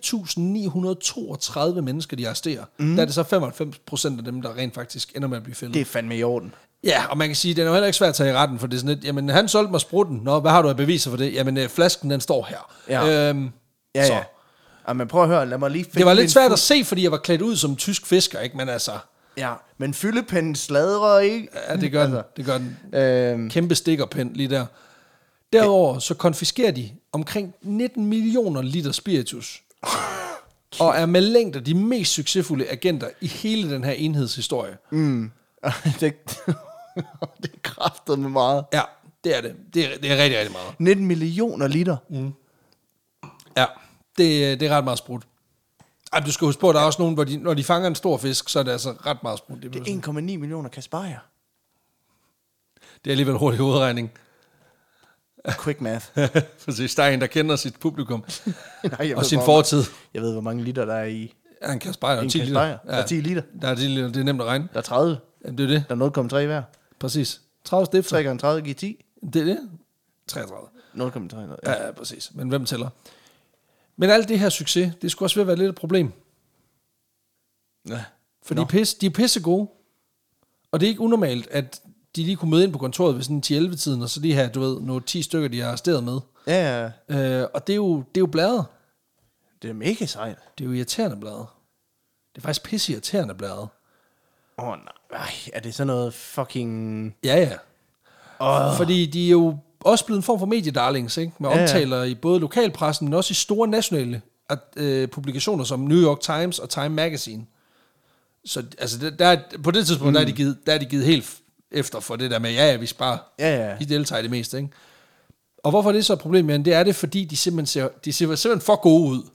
4.932 mennesker, de arresterer, der er det så 95% af dem, der rent faktisk ender med at blive fældet. Det er fandme i orden. Ja, og man kan sige, det er jo heller ikke svært at tage i retten, for det er sådan lidt, jamen han solgte mig sprutten, nå, hvad har du af beviser for det? Jamen flasken, den står her. Ja. Ja. Men prøv at høre, lad mig lige finde. Det var lidt svært at se, fordi jeg var klædt ud som tysk fisker, ikke? Men altså... Ja, men fyldepinden sladrer ikke. Ja, det gør den. Det gør den. Kæmpe stikkerpind lige der. Derudover så konfiskerer de omkring 19 millioner liter spiritus. Og er med længder de mest succesfulde agenter i hele den her enhedshistorie. Det er kraftet med meget. Ja, det er det. Det er rigtig, rigtig meget. 19 millioner liter. Ja, det er ret meget sprut. Du skal huske på, at der er også nogen, hvor når de fanger en stor fisk, så er det altså ret meget sprut. Det er 1,9 millioner kaspajer. Det er alligevel hurtig hovedregning. Quick math. Præcis, der er en, der kender sit publikum. Nej, og sin fortid. Jeg ved, hvor mange liter der er i. Ja, en kaspajer. En kaspajer. Der er 10 liter. Der er 10 liter, det er nemt at regne. Der er 30. Jamen, det er det. Der er 0,3 hver. Præcis. 30 stifter. 3 gange 30 giver 10. Det er det. 33. 0,3. Ja, præcis. Men hvem tæller? Men alt det her succes, det skulle også være lidt et problem. Ja. For de er pisse gode. Og det er ikke unormalt, at de lige kunne møde ind på kontoret ved sådan 10-11-tiden, og så lige have, du ved, nogle 10 stykker, de har arresteret med. Ja. Og det er jo bladet. Det er mega sejt. Det er jo irriterende bladet. Det er faktisk pisse irriterende bladet. Nej, er det sådan noget fucking... Ja. Fordi de er jo også blevet en form for mediedarlings, ikke? Med omtaler i både lokalpressen, men også i store nationale publikationer som New York Times og Time Magazine. Så altså, på det tidspunkt, der er de givet efter for det der med, ja, vi sparer. Ja. De deltager i det meste, ikke? Og hvorfor er det så et problem? Jamen, det er det, fordi de ser simpelthen for gode ud.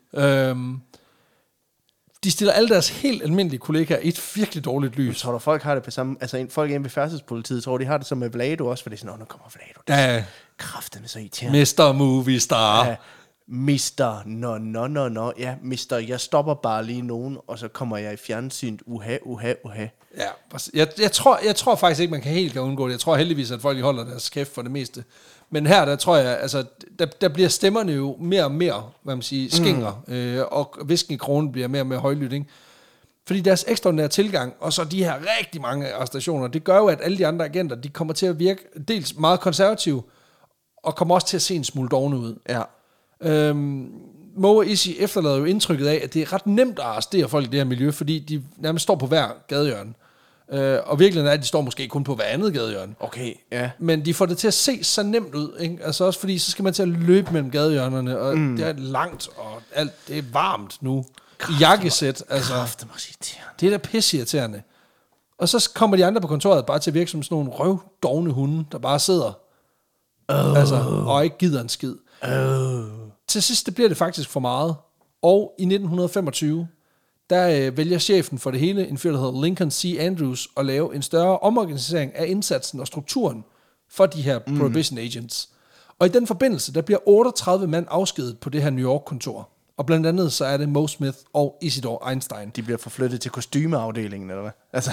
De stiller alle deres helt almindelige kollegaer i et virkelig dårligt lys. Jeg tror du, folk har det på samme... Altså, folk inde ved færdselspolitiet, tror de har det som med Vlado også, for det er sådan, nu kommer Vlado. Det er kraftedeme så irriterende. Mr. Movie Star. Ja, Mister, no. Ja, mister, jeg stopper bare lige nogen, og så kommer jeg i fjernsynet. Uha. Ja, jeg tror faktisk ikke, man kan helt undgå det. Jeg tror heldigvis, at folk holder deres kæft for det meste. Men her, der tror jeg, altså, der bliver stemmerne jo mere og mere, hvad man siger, skænger, og visken i kronen bliver mere og mere højlydt, ikke? Fordi deres ekstraordinære tilgang, og så de her rigtig mange arrestationer, det gør jo, at alle de andre agenter, de kommer til at virke dels meget konservative, og kommer også til at se en smule dovne ud. Ja. Moe og Izzy efterlader jo indtrykket af, at det er ret nemt at arrestere folk i det her miljø, fordi de nærmest står på hver gadehjørne. Og virkeligheden er, at de står måske kun på hver andet gadehjørne. Okay, ja. Men de får det til at se så nemt ud, ikke? Altså også fordi, så skal man til at løbe mellem gadehjørnerne, og det er langt, og alt, det er varmt nu. I jakkesæt, altså. Det er da pisseirriterende. Og så kommer de andre på kontoret bare til at virke som sådan nogle røvdovne hunde, der bare sidder altså, og ikke gider en skid. Til sidst, det bliver det faktisk for meget. Og i 1925, der vælger chefen for det hele, en fyr, der hedder Lincoln C. Andrews, at lave en større omorganisering af indsatsen og strukturen for de her Prohibition Agents. Og i den forbindelse, der bliver 38 mand afskedet på det her New York-kontor. Og blandt andet så er det Moe Smith og Isidore Einstein. De bliver forflyttet til kostymeafdelingen, eller hvad? Altså.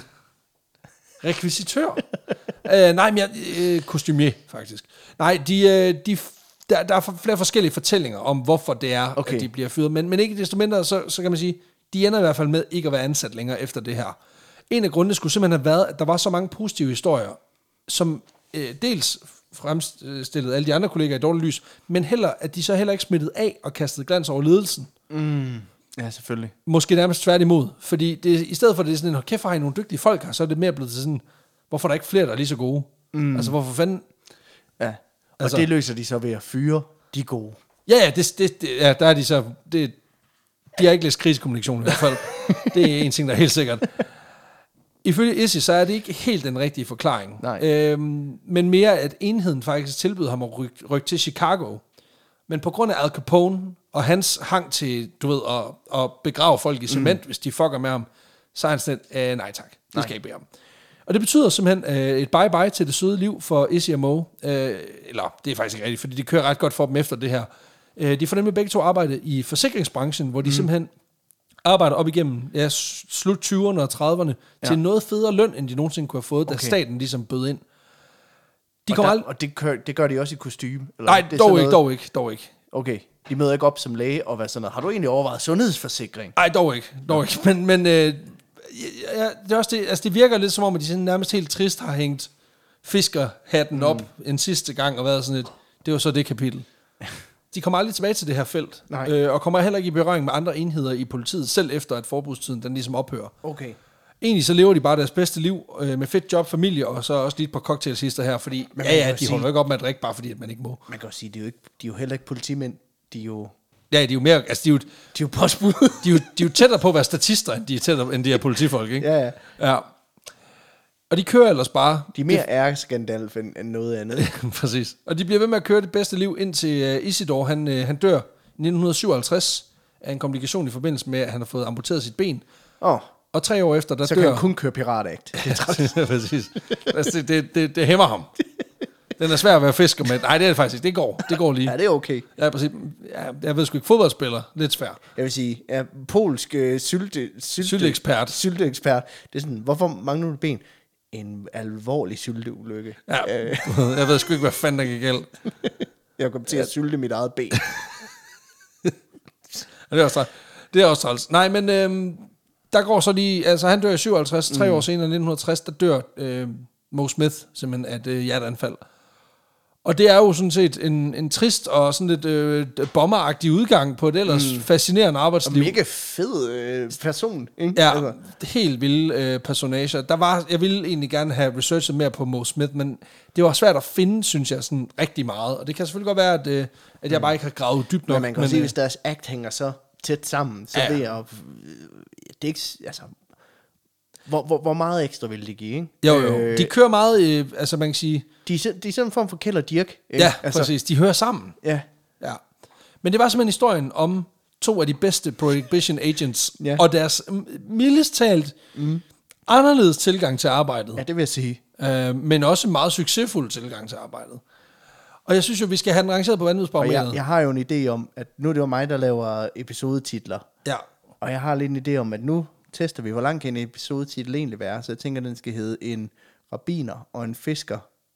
Rekvisitør? Nej, men kostumier, faktisk. Nej, der er flere forskellige fortællinger om, hvorfor det er, at de bliver fyret. Men ikke desto mindre, så kan man sige, de ender i hvert fald med ikke at være ansat længere efter det her. En af grundene skulle simpelthen have været, at der var så mange positive historier, som dels fremstillede alle de andre kollegaer i dårligt lys, men at de så heller ikke smittede af og kastede glans over ledelsen. Ja, selvfølgelig. Måske nærmest tværtimod. Fordi i stedet for det er sådan en, kæft, har I nogle dygtige folk her, så er det mere blevet til sådan, hvorfor er der ikke flere, der er lige så gode? Altså, hvorfor fanden... Ja, og altså, det løser de så ved at fyre de gode. Ja, der er de så... de har ikke læst krisekommunikation i hvert fald. Det er en ting, der er helt sikkert. Ifølge Izzy, så er det ikke helt den rigtige forklaring. Men mere, at enheden faktisk tilbød ham at rykke til Chicago. Men på grund af Al Capone og hans hang til, du ved, at begrave folk i cement, hvis de fucker med ham, så er han sådan lidt, nej tak, det skal jeg ikke bede om. Og det betyder simpelthen et bye-bye til det søde liv for Izzy og Moe. Eller, det er faktisk ikke rigtigt, fordi de kører ret godt for dem efter det her. De får nemlig begge to arbejde i forsikringsbranchen, hvor de simpelthen arbejder op igennem slut 20'erne og 30'erne til noget federe løn, end de nogensinde kunne have fået, da staten ligesom bød ind. Og det gør de også i kostume? Nej, dog ikke. Okay, de møder ikke op som læge og hvad sådan noget. Har du egentlig overvejet sundhedsforsikring? Nej, dog ikke. Men det er også det, altså det virker lidt som om, at de sådan nærmest helt trist har hængt fiskerhatten op en sidste gang og været sådan et, det var så det kapitel. De kommer aldrig tilbage til det her felt, og kommer heller ikke i berøring med andre enheder i politiet, selv efter at forbudstiden den ligesom ophører. Okay. Egentlig så lever de bare deres bedste liv med fedt job, familie, og så også lige et par cocktailsister her, fordi de holder jo ikke op med at drikke, bare fordi at man ikke må. Man kan jo sige, de er jo heller ikke politimænd, de er jo... Ja, de er jo mere, altså de er jo postbud. de er jo tættere på at være statister, end de er politifolk, ikke? Ja. Og de kører ellers bare... De er mere ærgeskandalf end noget andet. Præcis. Og de bliver ved med at køre det bedste liv, indtil Isidore, han dør i 1957 af en komplikation i forbindelse med, at han har fået amputeret sit ben. Og 3 år efter, så dør... kan han kun køre piratagt. Ja, præcis. Altså, det hæmmer ham. Den er svær at være fisker med. Nej, det er det faktisk ikke. Det går lige. Ja, det er okay. Ja, præcis. Jeg ved sgu ikke, fodboldspiller. Lidt svær. Jeg vil sige, polsk sylteekspert. Sylteekspert. Det er sådan, hvorfor mangler du ben? En alvorlig sylteulykke. Ja, jeg ved sgu ikke, hvad fanden der gik galt. Jeg kom til at sylte mit eget ben. Det er også træls. Nej, men der går så lige... Altså, han dør i 57, 3 år senere, i 1960, der dør Moe Smith simpelthen af et hjerteanfald. Og det er jo sådan set en trist og sådan lidt bomberagtig udgang på et ellers fascinerende arbejdsliv. Og mega fed person, ikke? Ja, altså. Helt vilde personager. Jeg ville egentlig gerne have researchet mere på Moe Smith, men det var svært at finde, synes jeg, sådan rigtig meget. Og det kan selvfølgelig godt være, at jeg bare ikke har gravet dybt nok. Men man kan sige, hvis deres act hænger så tæt sammen, så ved jeg... Det er ikke... Altså, Hvor meget ekstra vil de give, ikke? Jo. De kører meget, altså man kan sige... De er sådan en form for Kjeld og Dirch. Ja, altså, præcis. De hører sammen. Ja. Men det var simpelthen historien om 2 af de bedste Prohibition agents, og deres mildest talt anderledes tilgang til arbejdet. Ja, det vil jeg sige. Men også meget succesfuld tilgang til arbejdet. Og jeg synes jo, vi skal have den rangeret på Vanvidsbarometeret. Jeg har jo en idé om, at nu er det jo mig, der laver episodetitler. Ja. Og jeg har lidt en idé om, at nu tester vi, hvor lang kan en episodetitel egentlig være. Så jeg tænker, den skal hedde en rabbiner og en fisker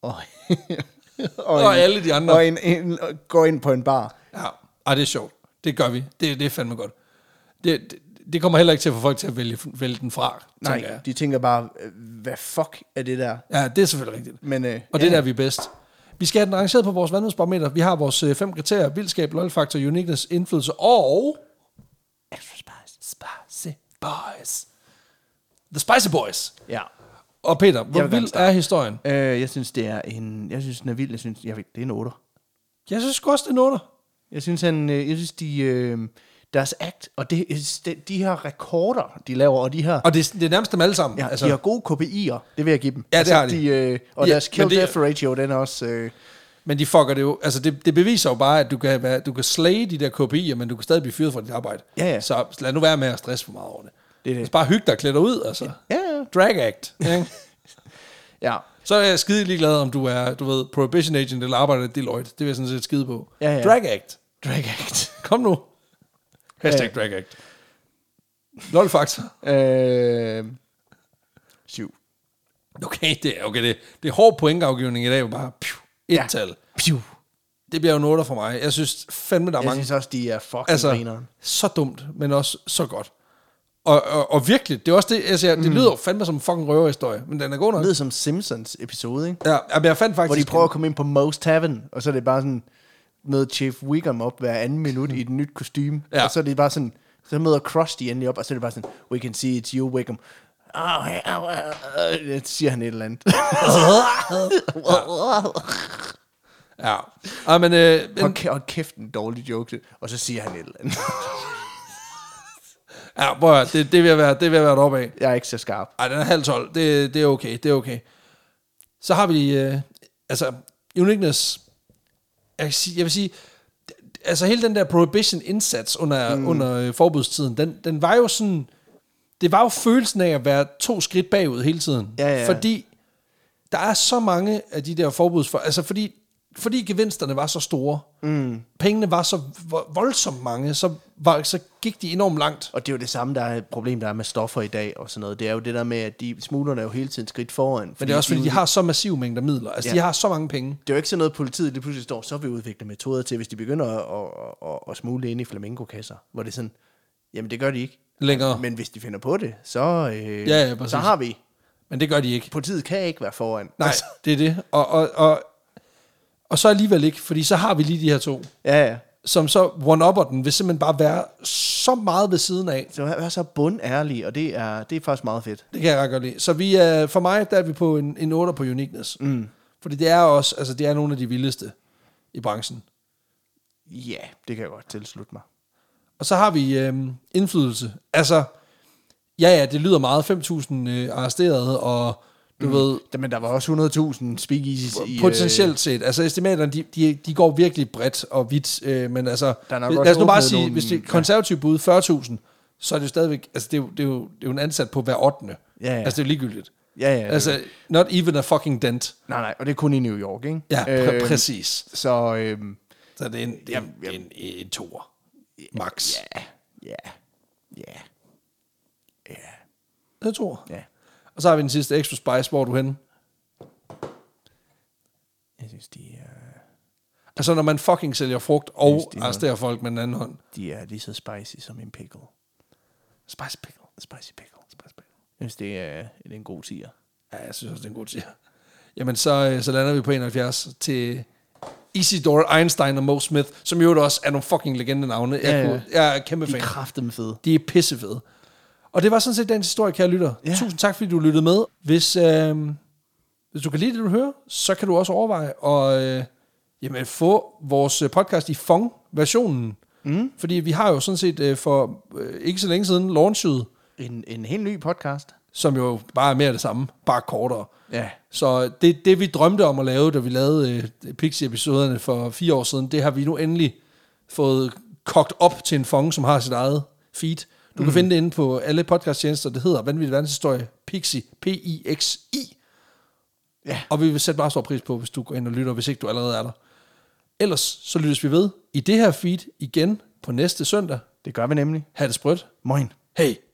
og alle de andre. Og en går ind på en bar. Ja, det er sjovt. Det gør vi. Det er fandme godt. Det kommer heller ikke til at få folk til at vælge den fra. Nej, de tænker bare, hvad fuck er det der? Ja, det er selvfølgelig rigtigt. Men, og det er der, vi er bedst. Vi skal have den rangeret på vores vanvidsbarometer. Vi har vores 5 kriterier. Vildskab, loyalfaktor, uniqueness, indflydelse og... Extra spicy boys. The Spicy Boys. Ja. Og Peter, hvor vild er historien? Jeg synes, den er vild. Jeg synes, det er en 8. Jeg synes også, det er en 8. Jeg synes, deres act, og de her rekorder, de laver, og de her... Og det er nærmest dem alle sammen. Ja, altså, de har gode KPI'er, det vil jeg give dem. Ja, det har de. Og deres kill-death ratio, den er også... Men de fucker det jo... Altså, det beviser jo bare, at du kan slage de der KPI'er, men du kan stadig blive fyret fra dit arbejde. Ja. Så lad nu være med at stresse for meget over det. Det er det. Så bare hygge dig og klæde dig ud, altså. Ja. Drag act. Ja. Så er jeg skide ligeglad, om du er, du ved, Prohibition agent eller arbejder i Deloitte. Det vil jeg sådan set skide på. Ja. Drag act. Kom nu. Hashtag drag act. Lol-faktor. 7. Okay, det er hård pointafgivning i dag, jo bare et tal. Det bliver jo noter for mig. Jeg synes fandme, der er mange. Jeg synes også, de er fucking grineren. Så dumt, men også så godt. Og virkelig, det er også det, jeg siger, det lyder jo fandme som en fucking røverhistorie, men den er god nok. Det lyder som Simpsons episode, ikke? Ja, men jeg fandt faktisk... Hvor de prøver at komme ind på Moe's Tavern, og så er det bare sådan, med Chief Wiggum op hver anden minut i et nyt kostume, og så er det bare sådan, så møder Krusty endelig op, og så er det bare sådan, we can see it's you, Wiggum. Siger han et eller andet. Ja, men... Og kæft en dårlig joke, og så siger han et eller andet. Ja, prøv det vil jeg være deroppe af. Jeg er ikke så skarp. Ej, den er 12. Det er okay. Så har vi, uniqueness. Jeg vil sige, altså hele den der prohibition indsats under forbudstiden, den var jo sådan, det var jo følelsen af at være 2 skridt bagud hele tiden. Ja. Fordi der er så mange af de der altså fordi gevinsterne var så store, pengene var så voldsomt mange, så gik de enormt langt. Og det er jo det samme, der er et problem, der er med stoffer i dag og sådan noget. Det er jo det der med, at de smuglerne er jo hele tiden skridt foran. Men det er også fordi, de har så massive mængder midler. Altså, de har så mange penge. Det er jo ikke sådan noget, politiet lige pludselig står, så vil udvikle metoder til, hvis de begynder at smugle ind i flamingokasser, hvor det er sådan, jamen det gør de ikke. Længere. Men hvis de finder på det, så har vi. Men det gør de ikke. Politiet kan ikke være foran. Nej, det er det. Og så alligevel ikke, fordi så har vi lige de her 2. Ja. Som så one-upper den vil simpelthen bare være så meget ved siden af. Så er så bundærlig, og det er faktisk meget fedt. Det kan jeg ret godt lide. Så vi er, for mig, der er vi på en 8 på uniqueness. Fordi det er også, altså det er nogle af de vildeste i branchen. Ja, det kan jeg godt tilslutte mig. Og så har vi indflydelse. Altså, ja, det lyder meget. 5.000 arresterede, og du ved... Men der var også 100.000 speakeasies i... Potentielt set. Altså, estimaterne, de går virkelig bredt og vidt. Men altså, lad os nu bare sige, hvis det er konservativt bud 40.000, så er det jo stadigvæk... Altså, det er jo en ansat på hver 8. Ja. Altså, det er jo ligegyldigt. Ja. Altså, not even a fucking dent. Nej, og det er kun i New York, ikke? Ja, præcis. Så det er en toer. Max. Ja. Det er toer. Ja. Og så har vi den sidste Extra Spice. Hvor er du henne? Jeg synes, de er... Altså, når man fucking sælger frugt og arresterer folk med en anden hånd. De er lige så spicy som en pickle. Spicy pickle. Jeg synes, det er en god tier. Ja, jeg synes også, det er en god tier. Jamen, så lander vi på 71 til Isidore Einstein og Mo Smith, som jo også er nogle fucking legendenavne. Jeg er kæmpe fan. De er kraftedeme fede. De er pissefede. Og det var sådan set dagens historie, kære lytter. Ja. Tusind tak, fordi du lyttede med. Hvis du kan lide det, du hører, så kan du også overveje at få vores podcast i Fong-versionen. Fordi vi har jo sådan set for ikke så længe siden launchet en helt ny podcast. som jo bare er mere det samme, bare kortere. Ja. Så det vi drømte om at lave, da vi lavede Pixie-episoderne for 4 år siden, det har vi nu endelig fået kogt op til en fong, som har sit eget feed. Du kan finde det inde på alle podcasttjenester, det hedder Vanvittig Verdenshistorie, Pixie, P-I-X-I. Ja. Og vi vil sætte meget stor pris på, hvis du går ind og lytter, hvis ikke du allerede er der. Ellers så lyttes vi ved i det her feed igen på næste søndag. Det gør vi nemlig. Ha' det sprødt. Moin. Hej.